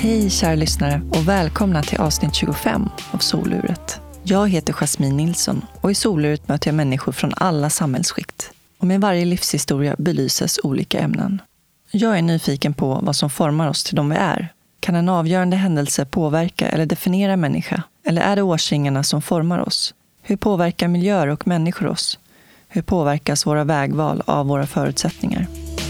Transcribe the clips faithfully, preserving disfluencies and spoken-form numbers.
Hej kära lyssnare och välkomna till avsnitt tjugofem av Soluret. Jag heter Jasmine Nilsson och i Soluret möter jag människor från alla samhällsskikt. Och med varje livshistoria belyses olika ämnen. Jag är nyfiken på vad som formar oss till de vi är. Kan en avgörande händelse påverka eller definiera en människa? Eller är det årsringarna som formar oss? Hur påverkar miljöer och människor oss? Hur påverkas våra vägval av våra förutsättningar?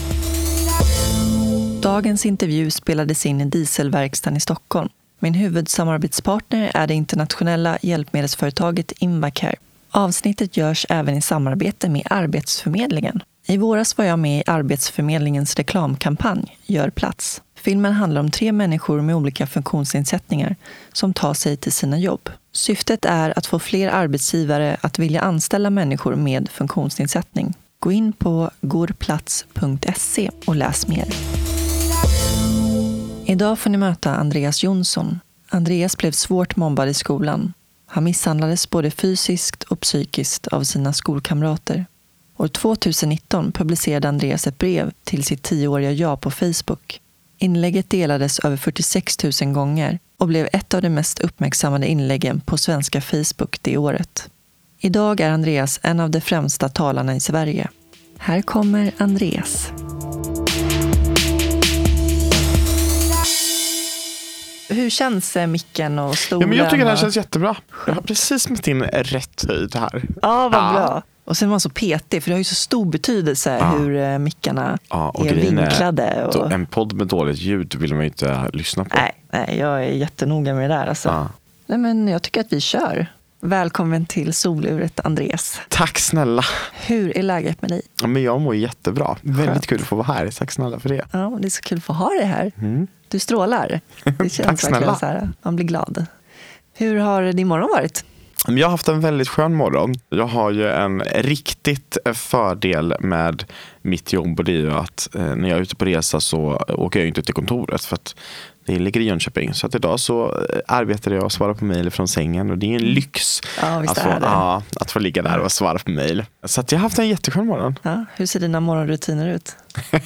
Dagens intervju spelades in i Dieselverkstan i Stockholm. Min huvudsamarbetspartner är det internationella hjälpmedelsföretaget Invacare. Avsnittet görs även i samarbete med Arbetsförmedlingen. I våras var jag med i Arbetsförmedlingens reklamkampanj Gör plats. Filmen handlar om tre människor med olika funktionsnedsättningar som tar sig till sina jobb. Syftet är att få fler arbetsgivare att vilja anställa människor med funktionsnedsättning. Gå in på gorplats punkt se och läs mer. Idag får ni möta Andreas Jonsson. Andreas blev svårt mobbad i skolan. Han misshandlades både fysiskt och psykiskt av sina skolkamrater. År tjugonitton publicerade Andreas ett brev till sitt tioåriga jag på Facebook. Inlägget delades över fyrtiosex tusen gånger och blev ett av de mest uppmärksammade inläggen på svenska Facebook det året. Idag är Andreas en av de främsta talarna i Sverige. Här kommer Andreas. Hur känns micken och stolen? Ja, men jag tycker det här känns jättebra. Jag har precis mätt in rätt höjd här. Ja, vad ja. bra. Och sen var man så petig, för det har ju så stor betydelse ja. hur mickarna ja, och är vinklade. Och... En podd med dåligt ljud vill man ju inte lyssna på. Nej, nej jag är jättenoga med det där. Alltså. Ja. Nej, men jag tycker att vi kör. Välkommen till Soluret, Andreas. Tack snälla. Hur är läget med dig? Ja, men jag mår jättebra. Skönt. Väldigt kul att få vara här. Tack snälla för det. Ja, det är så kul att få ha dig här. Mm. Du strålar. Det känns Tack snälla. Så här. Man blir glad. Hur har din morgon varit? Jag har haft en väldigt skön morgon. Jag har ju en riktigt fördel med mitt jobb, och det är ju att eh, när jag är ute på resa så åker jag inte till kontoret för att det ligger i Jönköping. Så att idag så arbetar jag och svarar på mejl från sängen, och det är en lyx ja, visst att, få, är det. Ja, att få ligga där och svara på mejl. Så att jag har haft en jätteskön morgon. Ja, hur ser dina morgonrutiner ut?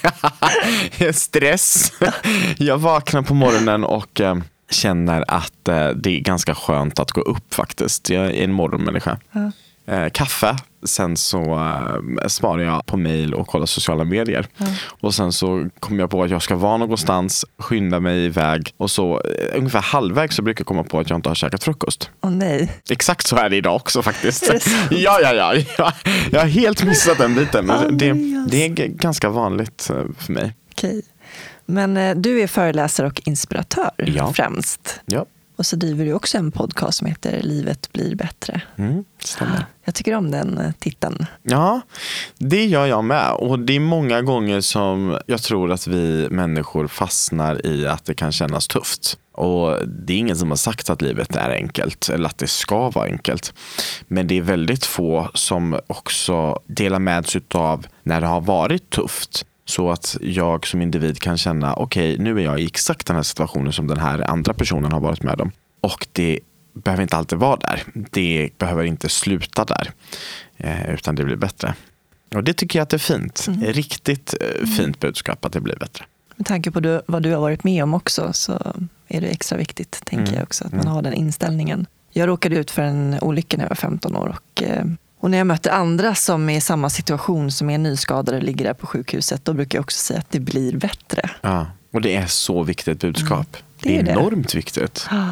Stress. Jag vaknar på morgonen och eh, känner att eh, det är ganska skönt att gå upp faktiskt. Jag är en morgonmänniska. Ja. Eh, kaffe. Sen så eh, svarar jag på mejl och kollar sociala medier. Ja. Och sen så kommer jag på att jag ska vara någonstans, skynda mig iväg. Och så eh, ungefär halvväg så brukar jag komma på att jag inte har käkat frukost. Åh nej. Exakt så är det idag också faktiskt. ja, ja, ja, ja. Jag har helt missat den biten. Oh, det, nej, det är ganska vanligt eh, för mig. Okej. Men eh, du är föreläsare och inspiratör ja. främst. Ja. Och så driver du också en podcast som heter Livet blir bättre. Mm, stämmer. Jag tycker om den titeln. Ja, det gör jag med. Och det är många gånger som jag tror att vi människor fastnar i att det kan kännas tufft. Och det är ingen som har sagt att livet är enkelt eller att det ska vara enkelt. Men det är väldigt få som också delar med sig av när det har varit tufft. Så att jag som individ kan känna, okej, okay, nu är jag i exakt den här situationen som den här andra personen har varit med om. Och det behöver inte alltid vara där. Det behöver inte sluta där. Eh, utan det blir bättre. Och det tycker jag att det är fint. Mm. Riktigt eh, fint budskap att det blir bättre. Med tanke på du, vad du har varit med om också, så är det extra viktigt, tänker mm. jag också. Att man mm. har den inställningen. Jag råkade ut för en olycka när jag var femton år och... Eh, Och när jag möter andra som är i samma situation, som är nyskadade och ligger där på sjukhuset, då brukar jag också säga att det blir bättre. Ja, och det är så viktigt budskap. Mm, det, är det är enormt det. viktigt. Ja.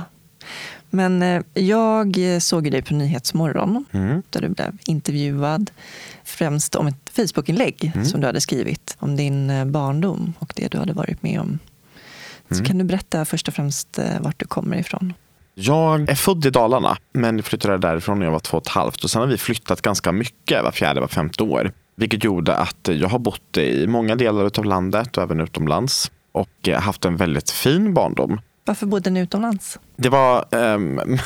Men eh, jag såg dig på Nyhetsmorgon, mm. där du blev intervjuad. Främst om ett Facebook-inlägg mm. som du hade skrivit om din barndom och det du hade varit med om. Så mm. kan du berätta först och främst vart du kommer ifrån? Jag är född i Dalarna, men flyttade därifrån när jag var två och ett halvt. Och sen har vi flyttat ganska mycket var fjärde, var femte år. Vilket gjorde att jag har bott i många delar av landet och även utomlands. Och haft en väldigt fin barndom. Varför bodde ni utomlands? Det var... Um,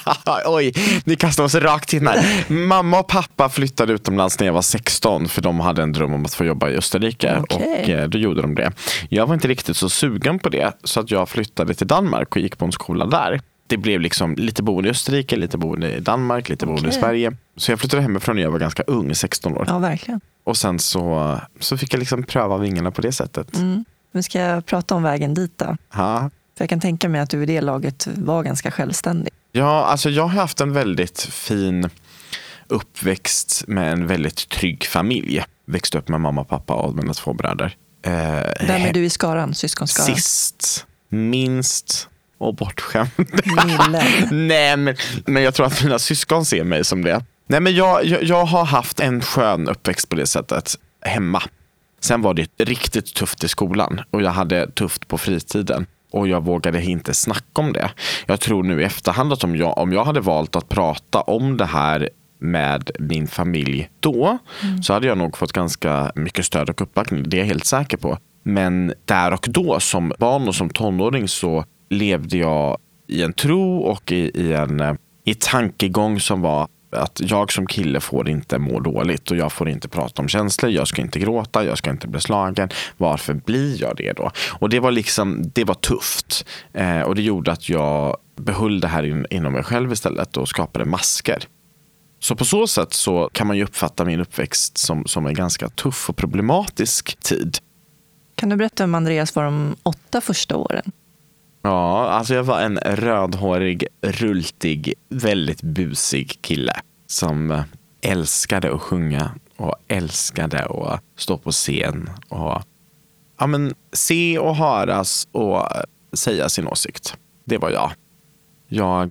oj, ni kastar oss rakt in här. Mamma och pappa flyttade utomlands när jag var sexton. För de hade en dröm om att få jobba i Österrike. Okay. Och då gjorde de det. Jag var inte riktigt så sugen på det. Så att jag flyttade till Danmark och gick på en skola där. Det blev liksom lite boende i Österrike, lite boende i Danmark, lite boende okay. i Sverige. Så jag flyttade hemifrån när jag var ganska ung, sexton år. Ja, verkligen. Och sen så, så fick jag liksom pröva vingarna på det sättet. Mm. Men ska jag prata om vägen dit då? Ja. För jag kan tänka mig att du i det laget var ganska självständig. Ja, alltså jag har haft en väldigt fin uppväxt med en väldigt trygg familj. Växte upp med mamma, pappa och mina två bröder. Eh, Vem är du i skaran, syskonskaran? Sist, minst och bortskämd. Mille. Nej, men, men jag tror att mina syskon ser mig som det. Nej, men jag, jag, jag har haft en skön uppväxt på det sättet hemma. Sen var det riktigt tufft i skolan och jag hade tufft på fritiden. Och jag vågade inte snacka om det. Jag tror nu i efterhand att om jag, om jag hade valt att prata om det här med min familj då, mm. så hade jag nog fått ganska mycket stöd och uppbackning. Det är jag helt säker på. Men där och då som barn och som tonåring så levde jag i en tro och i, i en i tankegång som var att jag som kille får inte må dåligt och jag får inte prata om känslor, jag ska inte gråta, jag ska inte bli slagen. Varför blir jag det då? Och det var liksom, det var tufft. Eh, och det gjorde att jag behöll det här in, inom mig själv istället och skapade masker. Så på så sätt så kan man ju uppfatta min uppväxt som, som en ganska tuff och problematisk tid. Kan du berätta om Andreas var de åtta första åren? Ja, alltså jag var en rödhårig, rultig, väldigt busig kille som älskade att sjunga och älskade att stå på scen och ja, men, se och höras och säga sin åsikt. Det var jag. Jag,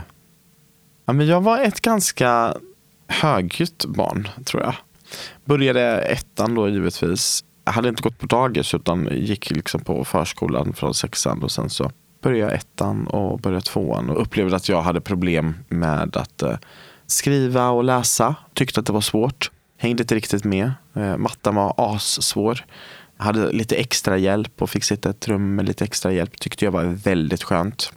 ja, men jag var ett ganska högljutt barn, tror jag. Började ettan då givetvis. Jag hade inte gått på dagis utan gick liksom på förskolan från sexan och sen så började jag ettan och började tvåan och upplevde att jag hade problem med att eh, skriva och läsa. Tyckte att det var svårt. Hängde inte riktigt med. Eh, mattan var assvår. Jag hade lite extra hjälp och fick sitta i ett rum med lite extra hjälp. Tyckte jag var väldigt skönt.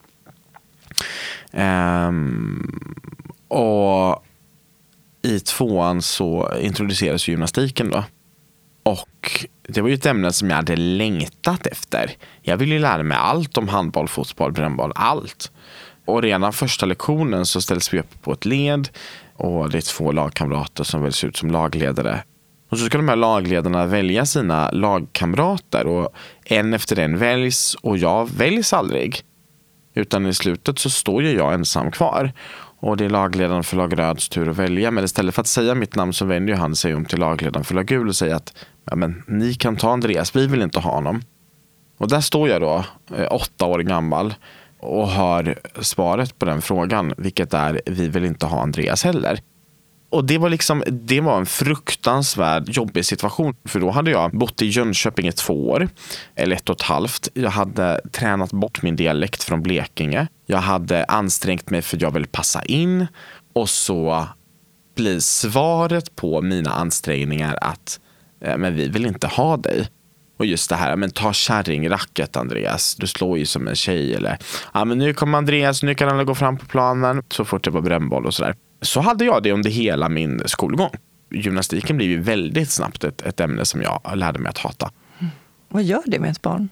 Ehm, och i tvåan så introducerades gymnastiken då. Och det var ju ett ämne som jag hade längtat efter. Jag ville ju lära mig allt om handboll, fotboll, brännboll, allt. Och redan första lektionen så ställs vi upp på ett led. Och det är två lagkamrater som väljs ut som lagledare. Och så ska de här lagledarna välja sina lagkamrater. Och en efter en väljs och jag väljs aldrig. Utan i slutet så står ju jag ensam kvar. Och det är lagledaren för lag röds tur att välja. Men istället för att säga mitt namn så vänder han sig om till lagledaren för lag gul och säger att ja, men, ni kan ta Andreas, vi vill inte ha honom. Och där står jag då, åtta år gammal, och har svaret på den frågan, vilket är vi vill inte ha Andreas heller. Och det var liksom, det var en fruktansvärd jobbig situation. För då hade jag bott i Jönköping i två år, eller ett och ett halvt. Jag hade tränat bort min dialekt från Blekinge. Jag hade ansträngt mig för att jag ville passa in. Och så blir svaret på mina ansträngningar att eh, men vi vill inte ha dig. Och just det här, men ta kärringracket Andreas, du slår ju som en tjej. Eller, ja men nu kommer Andreas, nu kan han gå fram på planen. Så fort det var brännboll och sådär. Så hade jag det under hela min skolgång. Gymnastiken blev ju väldigt snabbt ett, ett ämne som jag lärde mig att hata. Mm. Vad gör det med ett barn?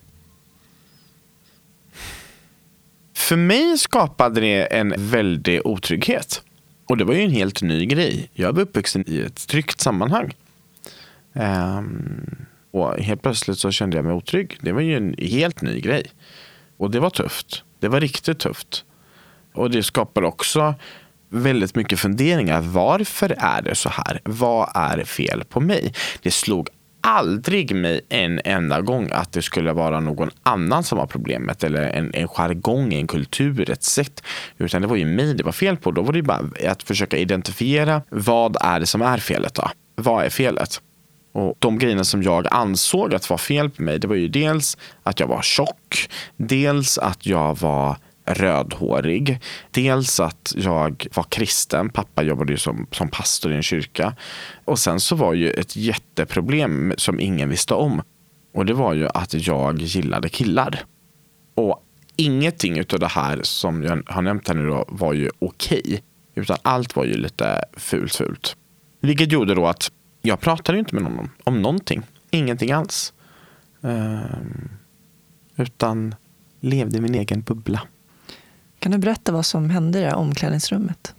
För mig skapade det en väldig otrygghet. Och det var ju en helt ny grej. Jag var uppvuxen i ett tryggt sammanhang. Um, och helt plötsligt så kände jag mig otrygg. Det var ju en helt ny grej. Och det var tufft. Det var riktigt tufft. Och det skapade också väldigt mycket funderingar. Varför är det så här? Vad är fel på mig? Det slog aldrig mig en enda gång att det skulle vara någon annan som var problemet. Eller en, en jargong, en kultur, ett sätt. Utan det var ju mig det var fel på. Då var det bara att försöka identifiera vad är det som är felet då? Vad är felet? Och de grejerna som jag ansåg att var fel på mig, det var ju dels att jag var tjock. Dels att jag var rödhårig. Dels att jag var kristen. Pappa jobbade ju som, som pastor i en kyrka. Och sen så var ju ett jätteproblem som ingen visste om. Och det var ju att jag gillade killar. Och ingenting utav det här som jag har nämnt här nu då var ju okej. Utan allt var ju lite fult fult. Vilket gjorde då att jag pratade inte med någon om någonting. Ingenting alls. Um, utan levde i min egen bubbla. Kan du berätta vad som hände i det här omklädningsrummet?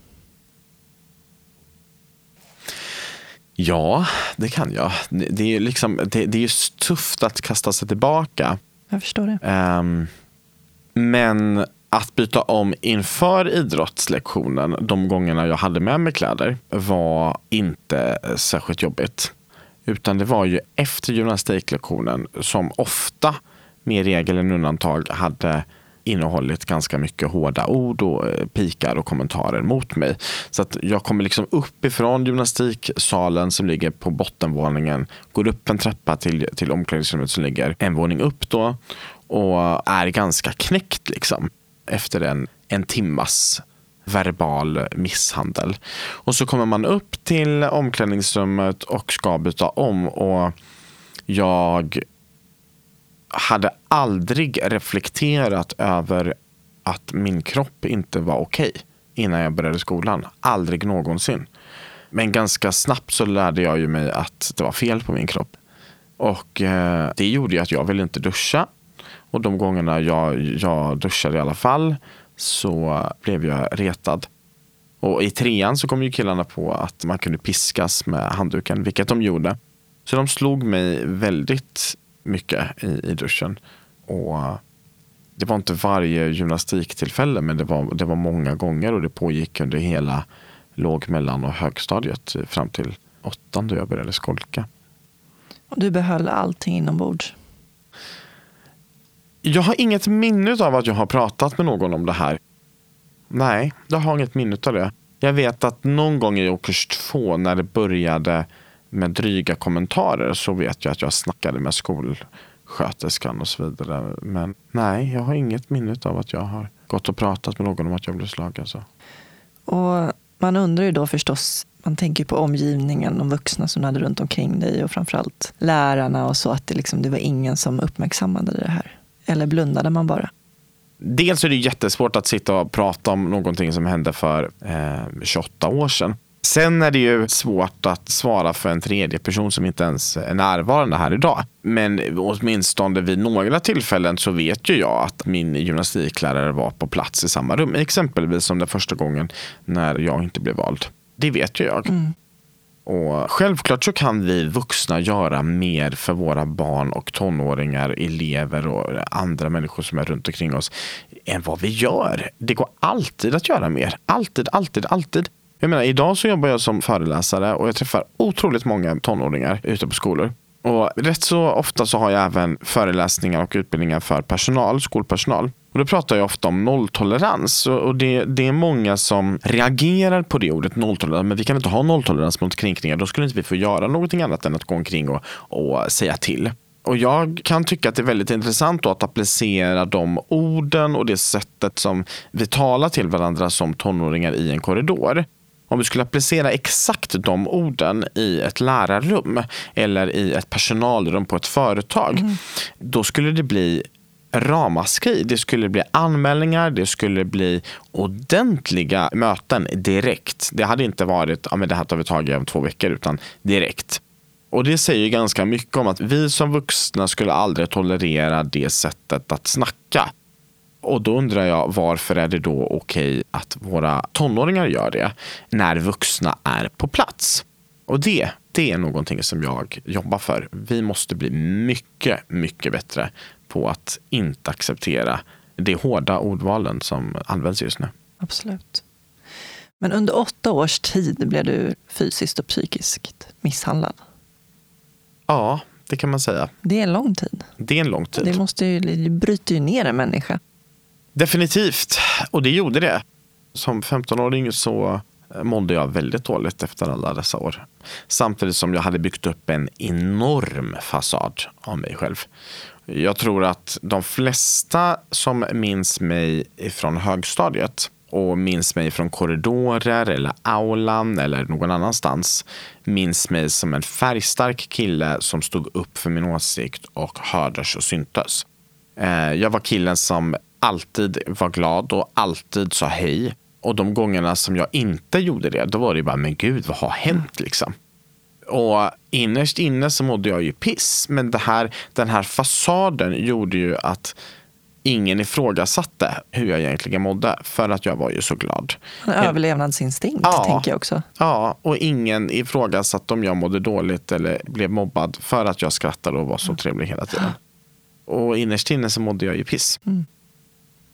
Ja, det kan jag. Det, det är liksom, det, det är ju tufft att kasta sig tillbaka. Jag förstår det. Um, Men att byta om inför idrottslektionen, de gångerna jag hade med mig kläder, var inte särskilt jobbigt. Utan det var ju efter gymnastiklektionen som ofta, mer regel än undantag, hade innehållit ganska mycket hårda ord och pikar och kommentarer mot mig. Så att jag kommer liksom upp ifrån gymnastiksalen som ligger på bottenvåningen, går upp en trappa till, till omklädningsrummet som ligger en våning upp då, och är ganska knäckt liksom efter en, en timmas verbal misshandel. Och så kommer man upp till omklädningsrummet och ska byta om, och jag hade aldrig reflekterat över att min kropp inte var okej innan jag började skolan. Aldrig någonsin. Men ganska snabbt så lärde jag ju mig att det var fel på min kropp. Och eh, det gjorde ju att jag ville inte duscha. Och de gångerna jag, jag duschade i alla fall så blev jag retad. Och i trean så kom ju killarna på att man kunde piskas med handduken, vilket de gjorde. Så de slog mig väldigt mycket i, i duschen. Och det var inte varje gymnastiktillfälle, men det var, det var många gånger, och det pågick under hela låg-, mellan- och högstadiet fram till åttan då jag började skolka. Och du behöll allting inombords? Jag har inget minne av att jag har pratat med någon om det här. Nej, jag har inget minne av det. Jag vet att någon gång i årskurs två, när det började med dryga kommentarer, så vet jag att jag snackade med skolsköterskan och så vidare. Men nej, jag har inget minne av att jag har gått och pratat med någon om att jag blev slagen. Alltså. Och man undrar ju då förstås, man tänker på omgivningen, de vuxna som hade runt omkring dig och framförallt lärarna och så, att det, liksom, det var ingen som uppmärksammade det här. Eller blundade man bara? Dels är det jättesvårt att sitta och prata om någonting som hände för eh, tjugoåtta år sedan. Sen är det ju svårt att svara för en tredje person som inte ens är närvarande här idag. Men åtminstone vid några tillfällen så vet ju jag att min gymnastiklärare var på plats i samma rum. Exempelvis som den första gången när jag inte blev vald. Det vet ju jag. Mm. Och självklart så kan vi vuxna göra mer för våra barn och tonåringar, elever och andra människor som är runt omkring oss än vad vi gör. Det går alltid att göra mer. Alltid, alltid, alltid. Jag menar, idag så jobbar jag som föreläsare och jag träffar otroligt många tonåringar ute på skolor. Och rätt så ofta så har jag även föreläsningar och utbildningar för personal, skolpersonal. Och då pratar jag ofta om nolltolerans. Och det, det är många som reagerar på det ordet nolltolerans. Men vi kan inte ha nolltolerans mot kränkningar. Då skulle inte vi få göra någonting annat än att gå omkring och, och säga till. Och jag kan tycka att det är väldigt intressant då att applicera de orden och det sättet som vi talar till varandra som tonåringar i en korridor. Om vi skulle applicera exakt de orden i ett lärarrum eller i ett personalrum på ett företag, mm. då skulle det bli ramaskri. Det skulle bli anmälningar, det skulle bli ordentliga möten direkt. Det hade inte varit, ja men det här tar vi tag i om två veckor, utan direkt. Och det säger ganska mycket om att vi som vuxna skulle aldrig tolerera det sättet att snacka. Och då undrar jag, varför är det då okej att våra tonåringar gör det när vuxna är på plats? Och det, det är någonting som jag jobbar för. Vi måste bli mycket, mycket bättre på att inte acceptera de hårda ordvalen som används just nu. Absolut. Men under åtta års tid blev du fysiskt och psykiskt misshandlad. Ja, det kan man säga. Det är en lång tid. Det är en lång tid. Det, måste ju, det bryter ju ner en människa. Definitivt. Och det gjorde det. Som femtonåring så mådde jag väldigt dåligt efter alla dessa år. Samtidigt som jag hade byggt upp en enorm fasad av mig själv. Jag tror att de flesta som minns mig från högstadiet och minns mig från korridorer eller aulan eller någon annanstans minns mig som en färgstark kille som stod upp för min åsikt och hördes och syntes. Jag var killen som alltid var glad och alltid sa hej. Och de gångerna som jag inte gjorde det, då var det bara, men gud, vad har hänt liksom? Och innerst inne så mådde jag ju piss. Men det här, den här fasaden gjorde ju att ingen ifrågasatte hur jag egentligen mådde. För att jag var ju så glad. En överlevnadsinstinkt, ja, tänker jag också. Ja, och ingen ifrågasatte om jag mådde dåligt eller blev mobbad. För att jag skrattade och var så trevlig hela tiden. Och innerst inne så mådde jag ju piss. Mm.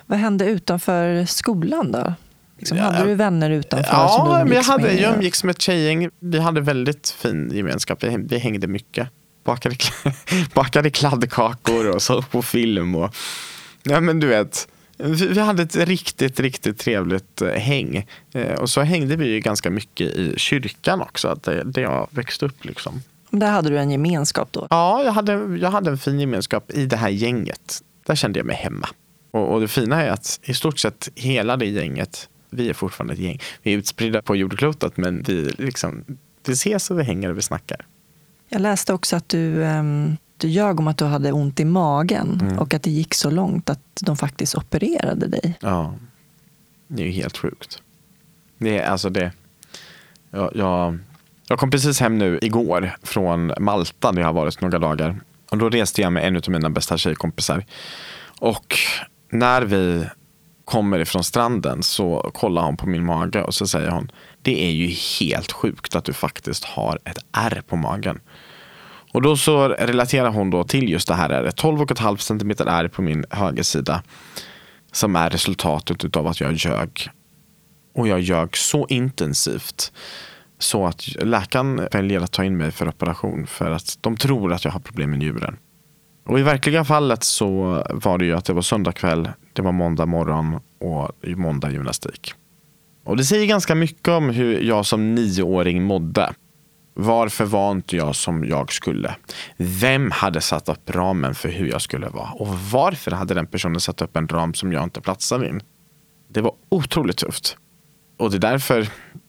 Vad hände utanför skolan då? Liksom, Ja, hade du vänner utanför? Ja, som du men jag, hade, med? jag umgicks med ett tjejgäng. Vi hade väldigt fin gemenskap. Vi, vi hängde mycket. Bakade, bakade kladdkakor och så på film. Och, ja, men du vet, vi, vi hade ett riktigt, riktigt trevligt häng. Eh, och så hängde vi ju ganska mycket i kyrkan också, där, där jag växte upp liksom. Där hade du en gemenskap då? Ja, jag hade, jag hade en fin gemenskap i det här gänget. Där kände jag mig hemma. Och, och det fina är att i stort sett hela det gänget, vi är fortfarande ett gäng. Vi är utspridda på jordklotet, men vi, liksom, vi ses och vi hänger och vi snackar. Jag läste också att du, um, du ljög om att du hade ont i magen mm. och att det gick så långt att de faktiskt opererade dig. Ja, det är ju helt sjukt. Det är alltså det. Jag, jag, jag kom precis hem nu igår från Malta där jag har varit några dagar. Och då reste jag med en av mina bästa tjejkompisar. Och när vi kommer ifrån stranden så kollar hon på min mage och så säger hon: det är ju helt sjukt att du faktiskt har ett ärr på magen. Och då så relaterar hon då till just det här ärret, tolv komma fem centimeter ärr på min högersida, som är resultatet av att jag ljög. Och jag ljög så intensivt så att läkaren väljer att ta in mig för operation för att de tror att jag har problem med njuren. Och i verkliga fallet så var det ju att det var söndag kväll, det var måndag morgon och måndag gymnastik. Och det säger ganska mycket om hur jag som nioåring mådde. Varför var inte jag som jag skulle? Vem hade satt upp ramen för hur jag skulle vara? Och varför hade den personen satt upp en ram som jag inte platsade in? Det var otroligt tufft. Och det är därför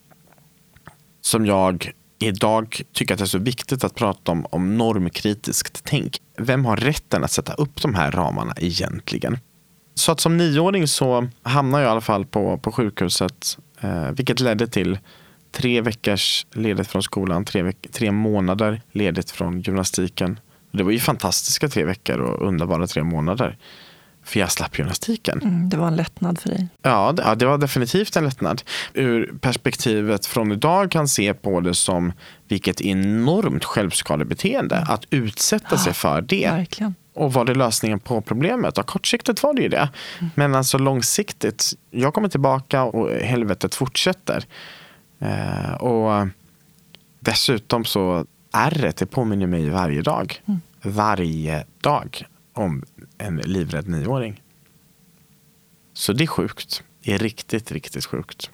som jag idag tycker att det är så viktigt att prata om, om normkritiskt tänk. Vem har rätten att sätta upp de här ramarna egentligen? Så att som nioåring så hamnade jag i alla fall på, på sjukhuset, eh, vilket ledde till tre veckors ledigt från skolan, tre, veck- tre månader ledigt från gymnastiken. Det var ju fantastiska tre veckor och underbara tre månader. För jag slapp gymnastiken. Mm, det var en lättnad för dig. Ja det, ja, det var definitivt en lättnad. Ur perspektivet från idag kan se på det som vilket enormt självskadebeteende mm. att utsätta ja, sig för det. Verkligen. Och var det lösningen på problemet? Och kortsiktigt var det ju det. Mm. Men alltså långsiktigt, jag kommer tillbaka och helvetet fortsätter. Eh, och dessutom så ärret, det påminner mig varje dag. Mm. Varje dag om en livrädd nioåring. Så det är sjukt. Det är riktigt, riktigt sjukt.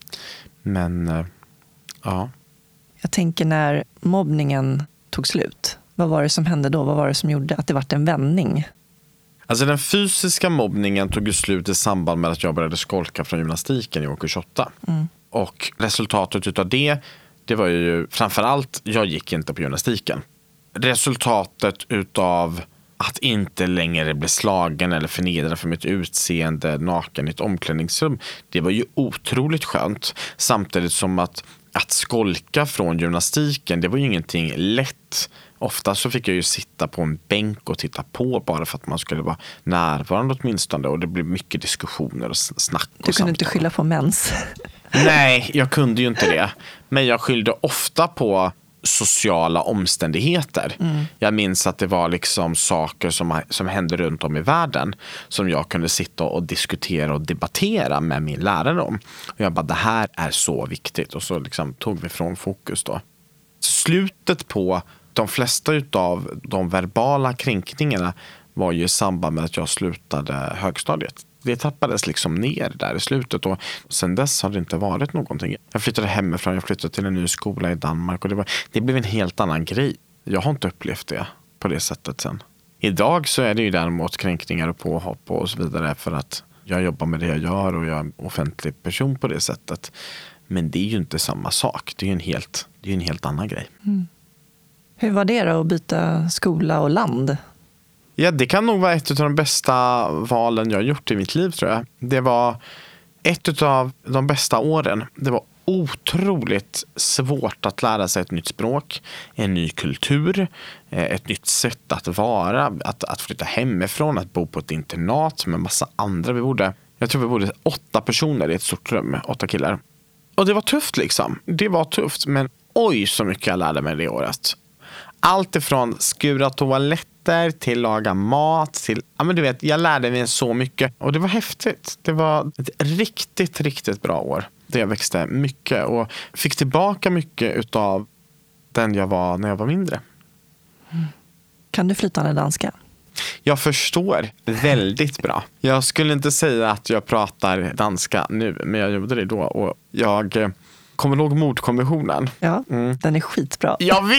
Men, eh, ja. Jag tänker när mobbningen tog slut. Vad var det som hände då? Vad var det som gjorde att det var en vändning? Alltså den fysiska mobbningen tog ju slut i samband med att jag började skolka från gymnastiken i årskurs åtta. Mm. Och resultatet utav det, det var ju framförallt, jag gick inte på gymnastiken. Resultatet utav att inte längre bli slagen eller förnedrad för mitt utseende naken i ett omklädningsrum, det var ju otroligt skönt. Samtidigt som att, att skolka från gymnastiken, det var ju ingenting lätt. Ofta så fick jag ju sitta på en bänk och titta på bara för att man skulle vara närvarande åtminstone. Och det blev mycket diskussioner och snack. Du kunde samtal. Inte skylla på mens. Nej, jag kunde ju inte det. Men jag skyllde ofta på sociala omständigheter. Mm. Jag minns att det var liksom saker som, som hände runt om i världen som jag kunde sitta och diskutera och debattera med min lärare om. Och jag bara, det här är så viktigt. Och så liksom tog vi från fokus då. Slutet på de flesta utav de verbala kränkningarna var ju i samband med att jag slutade högstadiet. Det tappades liksom ner där i slutet och sen dess har det inte varit någonting. Jag flyttade hemifrån, jag flyttade till en ny skola i Danmark och det, var, det blev en helt annan grej. Jag har inte upplevt det på det sättet sen. Idag så är det ju däremot kränkningar och påhopp och så vidare för att jag jobbar med det jag gör och jag är en offentlig person på det sättet. Men det är ju inte samma sak. Det är ju en helt, det är en helt annan grej. Mm. Hur var det då att byta skola och land? Ja, det kan nog vara ett av de bästa valen jag har gjort i mitt liv tror jag. Det var ett av de bästa åren. Det var otroligt svårt att lära sig ett nytt språk, en ny kultur, ett nytt sätt att vara, att, att flytta hemifrån, att bo på ett internat med massa andra. Vi bodde, jag tror vi bodde åtta personer i ett stort rum, åtta killar. Och det var tufft liksom. Det var tufft, men oj så mycket jag lärde mig det året. allt ifrån skura toaletter till laga mat till, ja men du vet, jag lärde mig så mycket och det var häftigt. Det var ett riktigt, riktigt bra år. Det jag växte mycket och fick tillbaka mycket utav den jag var när jag var mindre. Mm. Kan du flytande danska? Jag förstår väldigt bra. Jag skulle inte säga att jag pratar danska nu, men jag gjorde det då. Och jag kommer ihåg mordkonventionen. Ja, mm. Den är skitbra. Jag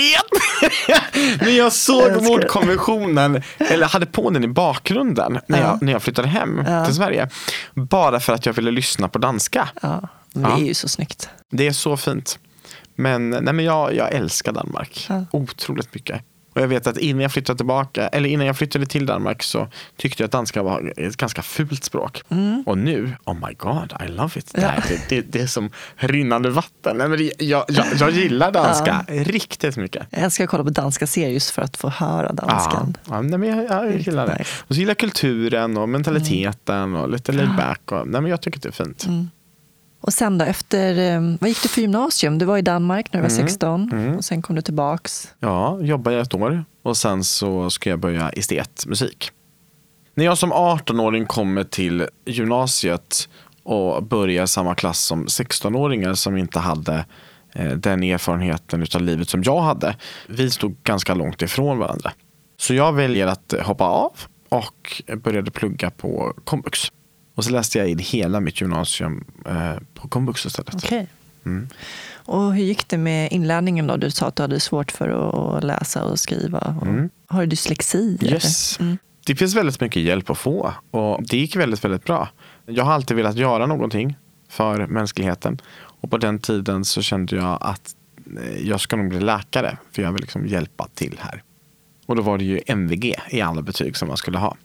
vet! Men jag såg jag mordkonventionen, eller hade på den i bakgrunden när, ja. jag, när jag flyttade hem ja. till Sverige. Bara för att jag ville lyssna på danska. Ja, det är ja. ju så snyggt. Det är så fint. Men, nej, men jag, jag älskar Danmark. Ja. Otroligt mycket. Och jag vet att innan jag flyttade tillbaka, eller innan jag flyttade till Danmark, så tyckte jag att danska var ett ganska fult språk. Mm. Och nu, oh my god, I love it. Ja. Det, det, det är som rinnande vatten. Nej, men det, jag, jag, jag gillar danska ja. riktigt mycket. Jag älskar att kolla på danska serier just för att få höra danskan. Ja, ja nej, men jag, jag, jag gillar det. Och så gillar jag kulturen och mentaliteten mm. och lite laid back. Och, nej, men jag tycker det är fint. Mm. Och sen då, efter, vad gick du för gymnasium? Du var i Danmark när du var mm. sexton mm. och sen kom du tillbaks. Ja, jobbade jag ett år och sen så ska jag börja estetmusik. När jag som arton-åring kommer till gymnasiet och börjar samma klass som sexton-åringar som inte hade eh, den erfarenheten utav livet som jag hade. Vi stod ganska långt ifrån varandra. Så jag väljer att hoppa av och började plugga på komvux. Och så läste jag in hela mitt gymnasium eh, på komvux istället. Okej. Okay. Mm. Och hur gick det med inlärningen då? Du sa att du hade svårt för att läsa och skriva. Och mm. Har du dyslexi? Yes. Mm. Det finns väldigt mycket hjälp att få. Och det gick väldigt, väldigt bra. Jag har alltid velat göra någonting för mänskligheten. Och på den tiden så kände jag att jag ska nog bli läkare. För jag vill liksom hjälpa till här. Och då var det ju M V G i alla betyg som man skulle ha.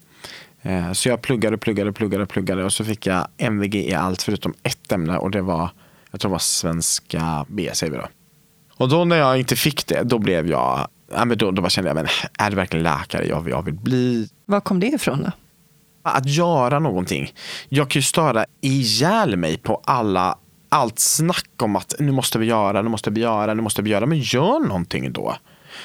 Så jag pluggade, pluggade, pluggade, pluggade och så fick jag M V G i allt förutom ett ämne och det var, jag tror det var svenska B, säger vi då. Och då när jag inte fick det, då blev jag, ja men då, då bara kände jag, men är det verkligen läkare jag, jag vill bli? Var kom det ifrån då? Att göra någonting. Jag kan ju störa ihjäl mig på alla, allt snack om att nu måste vi göra, nu måste vi göra, nu måste vi göra, men gör någonting då.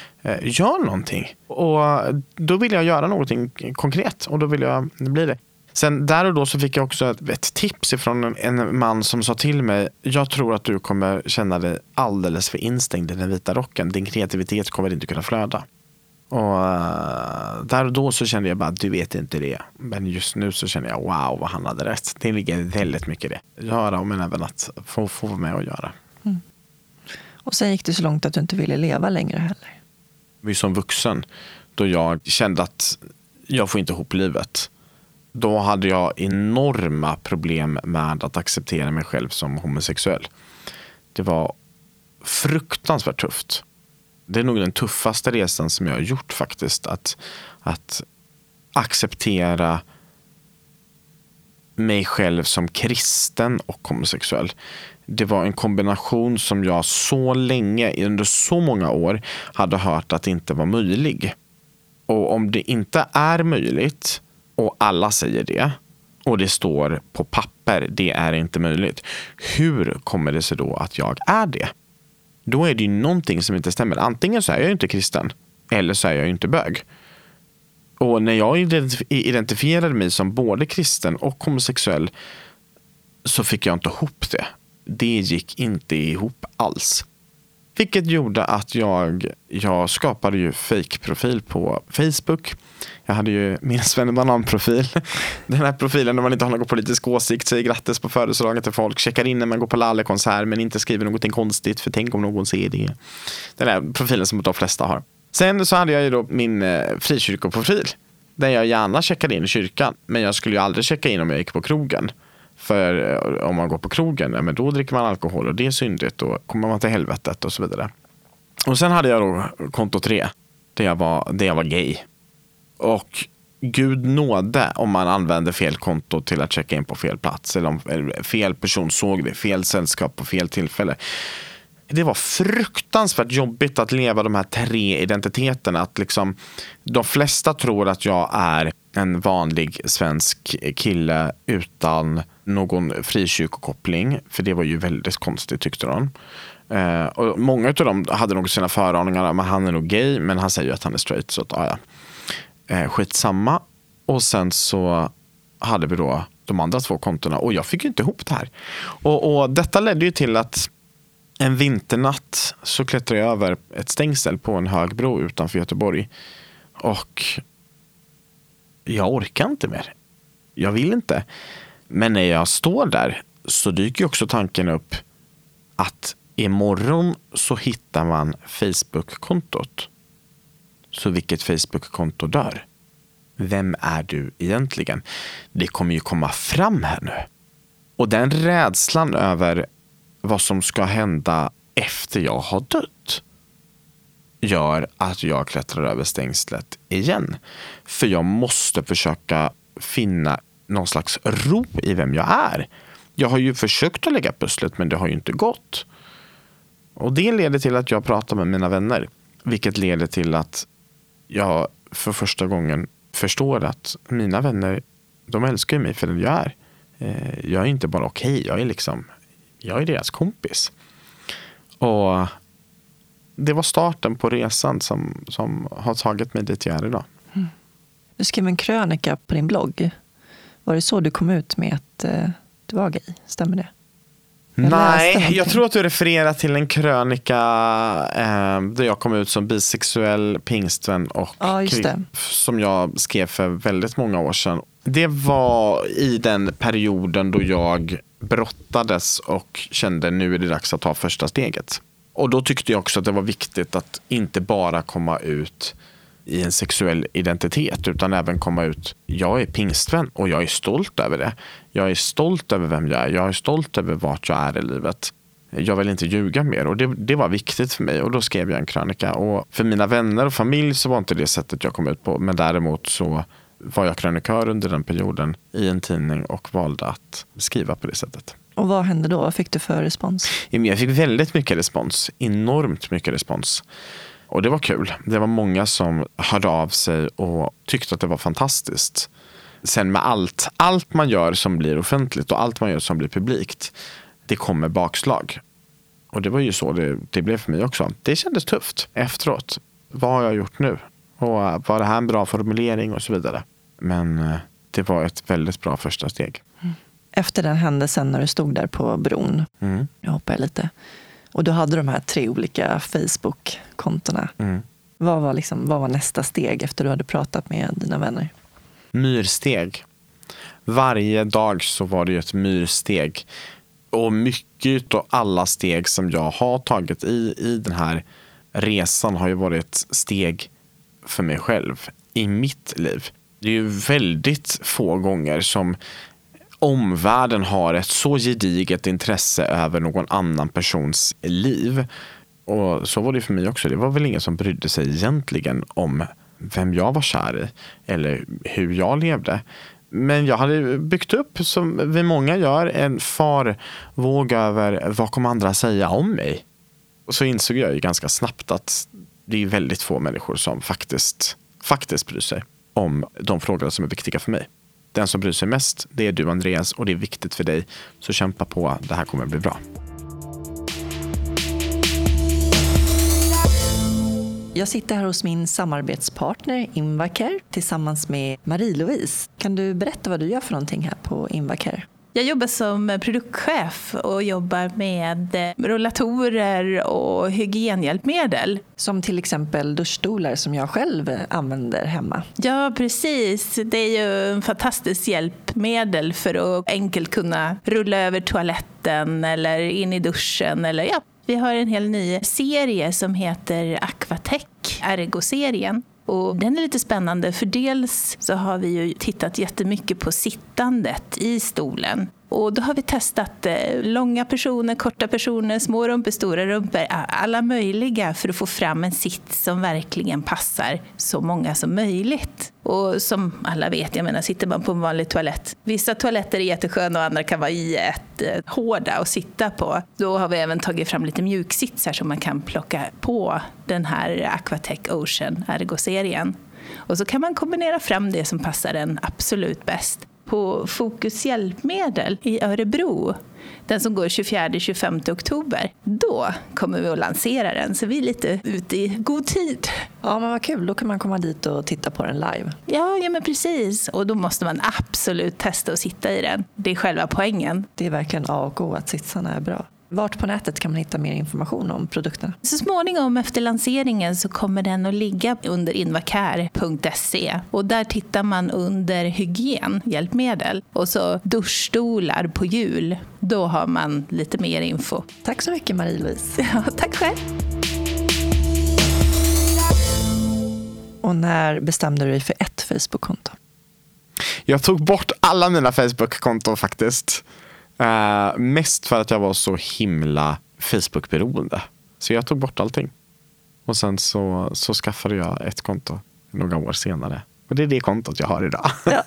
Gör någonting. Och då vill jag göra någonting konkret. Och då vill jag bli det. Sen där och då så fick jag också ett, ett tips ifrån en, en man som sa till mig: jag tror att du kommer känna dig alldeles för instängd i den vita rocken. Din kreativitet kommer inte kunna flöda. Och uh, där och då så kände jag bara, du vet inte det. Men just nu så känner jag, wow, vad han hade rätt. Det ligger väldigt mycket i det. Göra, men även att få, få med och göra. Mm. Och sen gick det så långt att du inte ville leva längre heller. Vi som vuxen, då jag kände att jag får inte ihop livet, då hade jag enorma problem med att acceptera mig själv som homosexuell. Det var fruktansvärt tufft. Det är nog den tuffaste resan som jag har gjort faktiskt, att, att acceptera mig själv som kristen och homosexuell. Det var en kombination som jag så länge, under så många år, hade hört att det inte var möjlig. Och om det inte är möjligt, och alla säger det, och det står på papper, det är inte möjligt. Hur kommer det sig då att jag är det? Då är det ju någonting som inte stämmer. Antingen så är jag inte kristen, eller så är jag inte bög. Och när jag identif- identifierade mig som både kristen och homosexuell, så fick jag inte ihop det. Det gick inte ihop alls. Vilket gjorde att jag, jag skapade ju fake-profil på Facebook. Jag hade ju min svennebanan-profil. Den här profilen där man inte har någon politisk åsikt, säger grattis på födelsedagen till folk, checkar in när man går på Lalle-konsert men inte skriver någonting konstigt, för tänk om någon ser det. Den här profilen som de flesta har. Sen så hade jag ju då min eh, frikyrkoprofil där jag gärna checkade in i kyrkan, men jag skulle ju aldrig checka in om jag gick på krogen. För om man går på krogen, ja, men då dricker man alkohol och det är syndigt och kommer man till helvetet och så vidare. Och sen hade jag då konto tre, där jag var, där jag var gay. Och Gud nåde om man använde fel konto till att checka in på fel plats. Eller om fel person såg det, fel sällskap på fel tillfälle. Det var fruktansvärt jobbigt att leva de här tre identiteterna. Att liksom, de flesta tror att jag är en vanlig svensk kille utan någon frikyrkokoppling. För det var ju väldigt konstigt, tyckte de. Eh, och många av dem hade nog sina föraningar, men han är nog gay, men han säger ju att han är straight, så att, ja, ja. Eh, skitsamma. Och sen så hade vi då de andra två kontona och jag fick ju inte ihop det här. Och, och detta ledde ju till att en vinternatt så klättrade jag över ett stängsel på en hög bro utanför Göteborg. Och jag orkar inte mer. Jag vill inte. Men när jag står där så dyker också tanken upp att imorgon så hittar man Facebook-kontot. Så vilket Facebook-konto dör? Vem är du egentligen? Det kommer ju komma fram här nu. Och den rädslan över vad som ska hända efter jag har dött gör att jag klättrar över stängslet igen. För jag måste försöka finna någon slags ro i vem jag är. Jag har ju försökt att lägga pusslet, men det har ju inte gått. Och det leder till att jag pratar med mina vänner. Vilket leder till att jag för första gången förstår att mina vänner, de älskar mig för den jag är. Jag är inte bara okej, okay, jag är liksom jag är deras kompis. Och det var starten på resan som, som har tagit mig dit jag är idag. Mm. Du skrev en krönika på din blogg. Var det så du kom ut med att eh, du var gay? Stämmer det? Jag Nej, jag tror att du refererar till en krönika eh, där jag kom ut som bisexuell, pingstvän och ja, just det. Som jag skrev för väldigt många år sedan. Det var i den perioden då jag brottades och kände nu är det dags att ta första steget. Och då tyckte jag också att det var viktigt att inte bara komma ut i en sexuell identitet utan även komma ut, jag är pingstvän och jag är stolt över det. Jag är stolt över vem jag är. Jag är stolt över vart jag är i livet. Jag vill inte ljuga mer och det, det var viktigt för mig och då skrev jag en krönika. Och för mina vänner och familj så var inte det sättet jag kom ut på, men däremot så var jag krönikör under den perioden i en tidning och valde att skriva på det sättet. Och vad hände då? Vad fick du för respons? Jag fick väldigt mycket respons. Enormt mycket respons. Och det var kul. Det var många som hörde av sig och tyckte att det var fantastiskt. Sen med allt, allt man gör som blir offentligt och allt man gör som blir publikt, det kommer bakslag. Och det var ju så det, det blev för mig också. Det kändes tufft efteråt. Vad har jag gjort nu? Och var det här en bra formulering och så vidare. Men det var ett väldigt bra första steg. Efter den händelsen när du stod där på bron, mm. jag hoppar lite, och du hade de här tre olika Facebook-kontona. Mm. Vad var, liksom, vad var nästa steg efter du hade pratat med dina vänner? Myrsteg. Varje dag så var det ju ett myrsteg. Och mycket av alla steg som jag har tagit i, i den här resan har ju varit steg för mig själv i mitt liv. Det är ju väldigt få gånger som omvärlden har ett så gediget intresse över någon annan persons liv. Och så var det för mig också. Det var väl ingen som brydde sig egentligen om vem jag var kär i eller hur jag levde. Men jag hade byggt upp, som vi många gör, en farvåg över vad kommer andra säga om mig. Och så insåg jag ju ganska snabbt att det är väldigt få människor som faktiskt, faktiskt bryr sig om de frågor som är viktiga för mig. Den som bryr sig mest, det är du, Andreas, och det är viktigt för dig. Så kämpa på, det här kommer att bli bra. Jag sitter här hos min samarbetspartner Invacare tillsammans med Marie-Louise. Kan du berätta vad du gör för någonting här på Invacare? Jag jobbar som produktchef och jobbar med rullatorer och hygienhjälpmedel. Som till exempel duschstolar som jag själv använder hemma. Ja, precis. Det är ju en fantastisk hjälpmedel för att enkelt kunna rulla över toaletten eller in i duschen. Eller ja, vi har en hel ny serie som heter Aquatech, Ergo-serien. Och den är lite spännande för dels så har vi ju tittat jättemycket på sittandet i stolen. Och då har vi testat långa personer, korta personer, små rumpor, stora rumpor, alla möjliga för att få fram en sitt som verkligen passar så många som möjligt. Och som alla vet, jag menar, sitter man på en vanlig toalett. Vissa toaletter är jättesköna och andra kan vara jättehårda att sitta på. Då har vi även tagit fram lite mjuksitsar som man kan plocka på den här Aquatech Ocean Ergo-serien. Och så kan man kombinera fram det som passar en absolut bäst. på Fokus hjälpmedel i Örebro. Den som går tjugofjärde till tjugofemte oktober. Då kommer vi att lansera den, så vi är lite ute i god tid. Ja, men vad kul. Då kan man komma dit och titta på den live. Ja, ja men precis. Och då måste man absolut testa att sitta i den. Det är själva poängen. Det är verkligen A och O att sitsarna är bra. Vart på nätet kan man hitta mer information om produkterna? Så småningom efter lanseringen så kommer den att ligga under invacare punkt se. Och där tittar man under hygien, hjälpmedel. Och så duschstolar på hjul. Då har man lite mer info. Tack så mycket Marie-Louise. Ja, tack själv. Och när bestämde du dig för ett Facebook-konto? Jag tog bort alla mina Facebook-konton faktiskt. Uh, mest för att jag var så himla Facebook-beroende. Så jag tog bort allting. Och sen så, så skaffade jag ett konto några år senare. Och det är det kontot jag har idag. Ja,